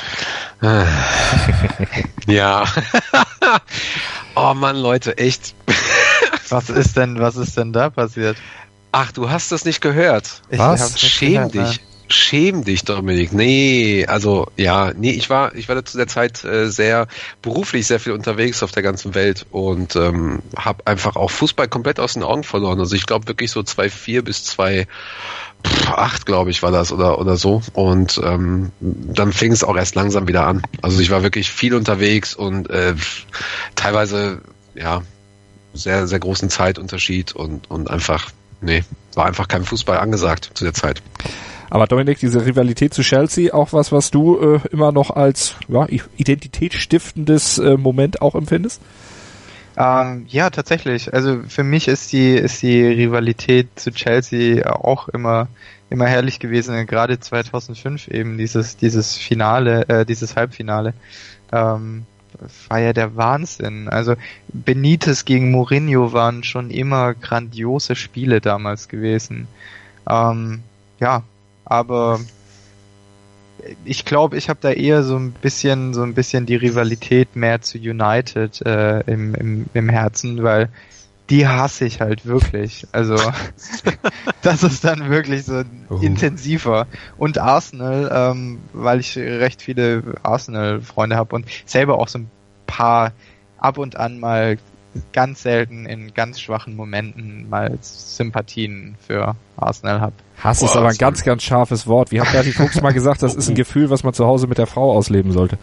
Ja. Oh Mann, Leute, echt. Was ist denn, was ist denn da passiert? Ach, du hast das nicht gehört. Ich Was? Schäm gehört, dich. Ne? Schäm dich, Dominik. Nee, also ja, nee, ich war, ich war zu der Zeit äh, sehr beruflich sehr viel unterwegs auf der ganzen Welt und ähm, habe einfach auch Fußball komplett aus den Augen verloren. Also ich glaube wirklich so zwei Komma vier bis zwei Komma acht, glaube ich, war das oder oder so. Und ähm, dann fing es auch erst langsam wieder an. Also ich war wirklich viel unterwegs und äh, teilweise ja sehr sehr großen Zeitunterschied und und einfach nee, war einfach kein Fußball angesagt zu der Zeit. Aber Dominik, diese Rivalität zu Chelsea, auch was, was du äh, immer noch als ja, identitätsstiftendes äh, Moment auch empfindest? Ähm, ja, tatsächlich. Also für mich ist die ist die Rivalität zu Chelsea auch immer immer herrlich gewesen. Gerade zweitausendfünf eben dieses dieses Finale, äh, dieses Halbfinale. Ähm, war ja der Wahnsinn. Also Benitez gegen Mourinho waren schon immer grandiose Spiele damals gewesen. Ähm, ja, aber ich glaube, ich habe da eher so ein bisschen so ein bisschen die Rivalität mehr zu United äh, im, im, im Herzen, weil die hasse ich halt wirklich. Also das ist dann wirklich so uh. intensiver. Und Arsenal, ähm, weil ich recht viele Arsenal-Freunde habe und selber auch so ein paar ab und an mal ganz selten in ganz schwachen Momenten mal Sympathien für Arsenal habe. Hass ist aber ein ganz, ganz scharfes Wort. Wie hat Berti Fuchs mal gesagt, das ist ein Gefühl, was man zu Hause mit der Frau ausleben sollte.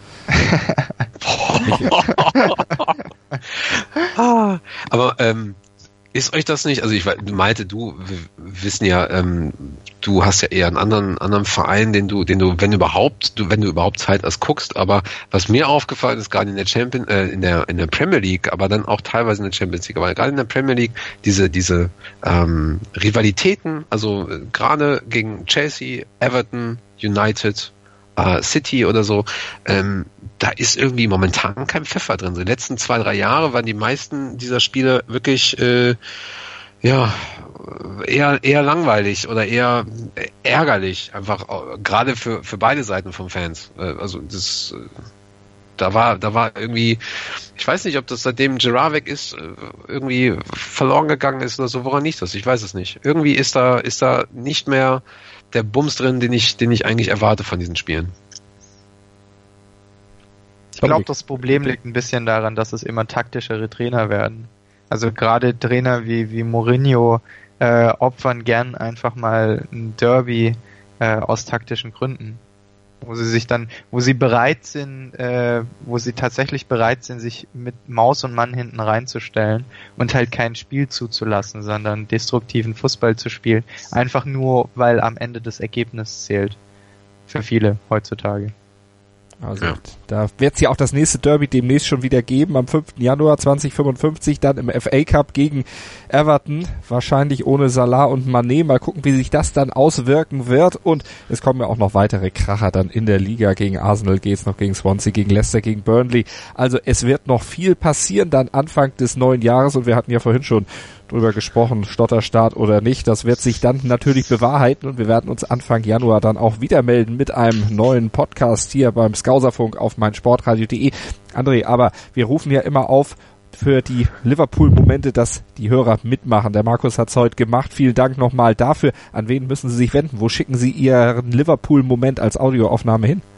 Aber ähm, ist euch das nicht, also ich meinte, du, wir wissen ja, ähm, du hast ja eher einen anderen, anderen Verein, den du, den du, wenn überhaupt, du, wenn du überhaupt Zeit hast, guckst, aber was mir aufgefallen ist, gerade in der Champion, äh, in der, in der Premier League, aber dann auch teilweise in der Champions League, aber gerade in der Premier League, diese, diese, ähm, Rivalitäten, also äh, gerade gegen Chelsea, Everton, United, äh, City oder so, ähm, da ist irgendwie momentan kein Pfeffer drin. So die letzten zwei, drei Jahre waren die meisten dieser Spiele wirklich, äh, ja, eher, eher langweilig oder eher ärgerlich, einfach äh, gerade für, für beide Seiten von Fans. Äh, also das, äh, da war, da war irgendwie, ich weiß nicht, ob das seitdem Gerrard weg ist, äh, irgendwie verloren gegangen ist oder so, woran liegt das? Ich weiß es nicht. Irgendwie ist da, ist da nicht mehr der Bums drin, den ich, den ich eigentlich erwarte von diesen Spielen. Ich glaube, das Problem liegt ein bisschen daran, dass es immer taktischere Trainer werden. Also gerade Trainer wie, wie Mourinho äh, opfern gern einfach mal ein Derby äh, aus taktischen Gründen. Wo sie sich dann, wo sie bereit sind, äh, wo sie tatsächlich bereit sind, sich mit Maus und Mann hinten reinzustellen und halt kein Spiel zuzulassen, sondern destruktiven Fußball zu spielen. Einfach nur, weil am Ende das Ergebnis zählt. Für viele heutzutage. Also ja. Da wird es ja auch das nächste Derby demnächst schon wieder geben, am fünften Januar zweitausendfünfundfünfzig, dann im F A Cup gegen Everton, wahrscheinlich ohne Salah und Mané. Mal gucken, wie sich das dann auswirken wird. Und es kommen ja auch noch weitere Kracher dann in der Liga. Gegen Arsenal geht's noch, gegen Swansea, gegen Leicester, gegen Burnley. Also es wird noch viel passieren dann Anfang des neuen Jahres. Und wir hatten ja vorhin schon drüber gesprochen, Stotterstart oder nicht, das wird sich dann natürlich bewahrheiten und wir werden uns Anfang Januar dann auch wieder melden mit einem neuen Podcast hier beim Skauserfunk auf meinsportradio punkt de. André, aber wir rufen ja immer auf für die Liverpool-Momente, dass die Hörer mitmachen. Der Markus hat's heute gemacht. Vielen Dank nochmal dafür. An wen müssen Sie sich wenden? Wo schicken Sie Ihren Liverpool-Moment als Audioaufnahme hin?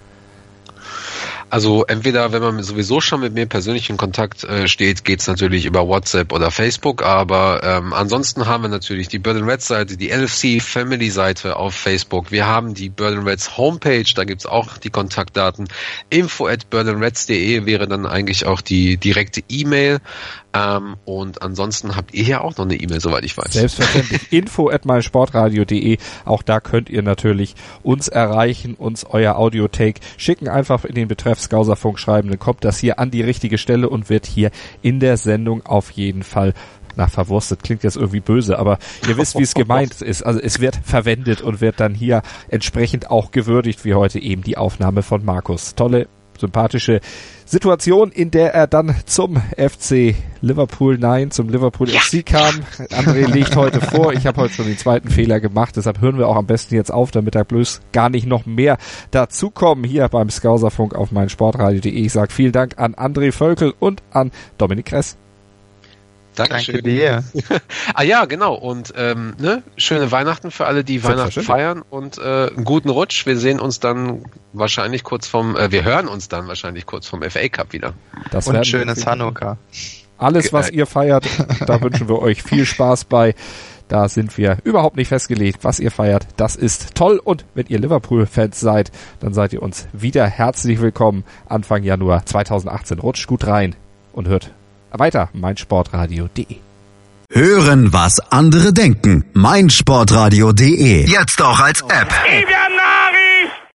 Also entweder, wenn man sowieso schon mit mir persönlich in Kontakt äh, steht, geht's natürlich über WhatsApp oder Facebook, aber ähm, ansonsten haben wir natürlich die Bird and Reds Seite, die L F C Family Seite auf Facebook, wir haben die Bird and Reds Homepage, da gibt's auch die Kontaktdaten, info at bird and reds punkt de wäre dann eigentlich auch die direkte E-Mail. Ähm, und ansonsten habt ihr ja auch noch eine E-Mail, soweit ich weiß. Selbstverständlich. info at meinsportradio punkt de. Auch da könnt ihr natürlich uns erreichen, uns euer Audiotake schicken, einfach in den Betreff Skauserfunk schreiben, dann kommt das hier an die richtige Stelle und wird hier in der Sendung auf jeden Fall, na, verwurstet klingt jetzt irgendwie böse, aber ihr wisst, wie es gemeint ist. Also es wird verwendet und wird dann hier entsprechend auch gewürdigt, wie heute eben die Aufnahme von Markus. Tolle, sympathische Situation, in der er dann zum F C Liverpool, nein, zum Liverpool F C kam. André legt heute vor, ich habe heute schon den zweiten Fehler gemacht, deshalb hören wir auch am besten jetzt auf, damit da bloß gar nicht noch mehr dazukommen hier beim Skauserfunk auf meinsportradio punkt de. Ich sage vielen Dank an André Völkel und an Dominik Kress. Dankeschön. Danke dir. Ah ja, genau. Und ähm, ne, schöne Weihnachten für alle, die Weihnachten feiern und äh, einen guten Rutsch. Wir sehen uns dann wahrscheinlich kurz vom, äh, wir hören uns dann wahrscheinlich kurz vom F A Cup wieder. Das und schönes Hanukkah. Alles, was ihr feiert, da wünschen wir euch viel Spaß bei. Da sind wir überhaupt nicht festgelegt, was ihr feiert. Das ist toll. Und wenn ihr Liverpool-Fans seid, dann seid ihr uns wieder herzlich willkommen Anfang Januar zweitausendachtzehn. Rutscht gut rein und hört weiter meinsportradio punkt de. Hören, was andere denken. meinsportradio punkt de. Jetzt auch als App.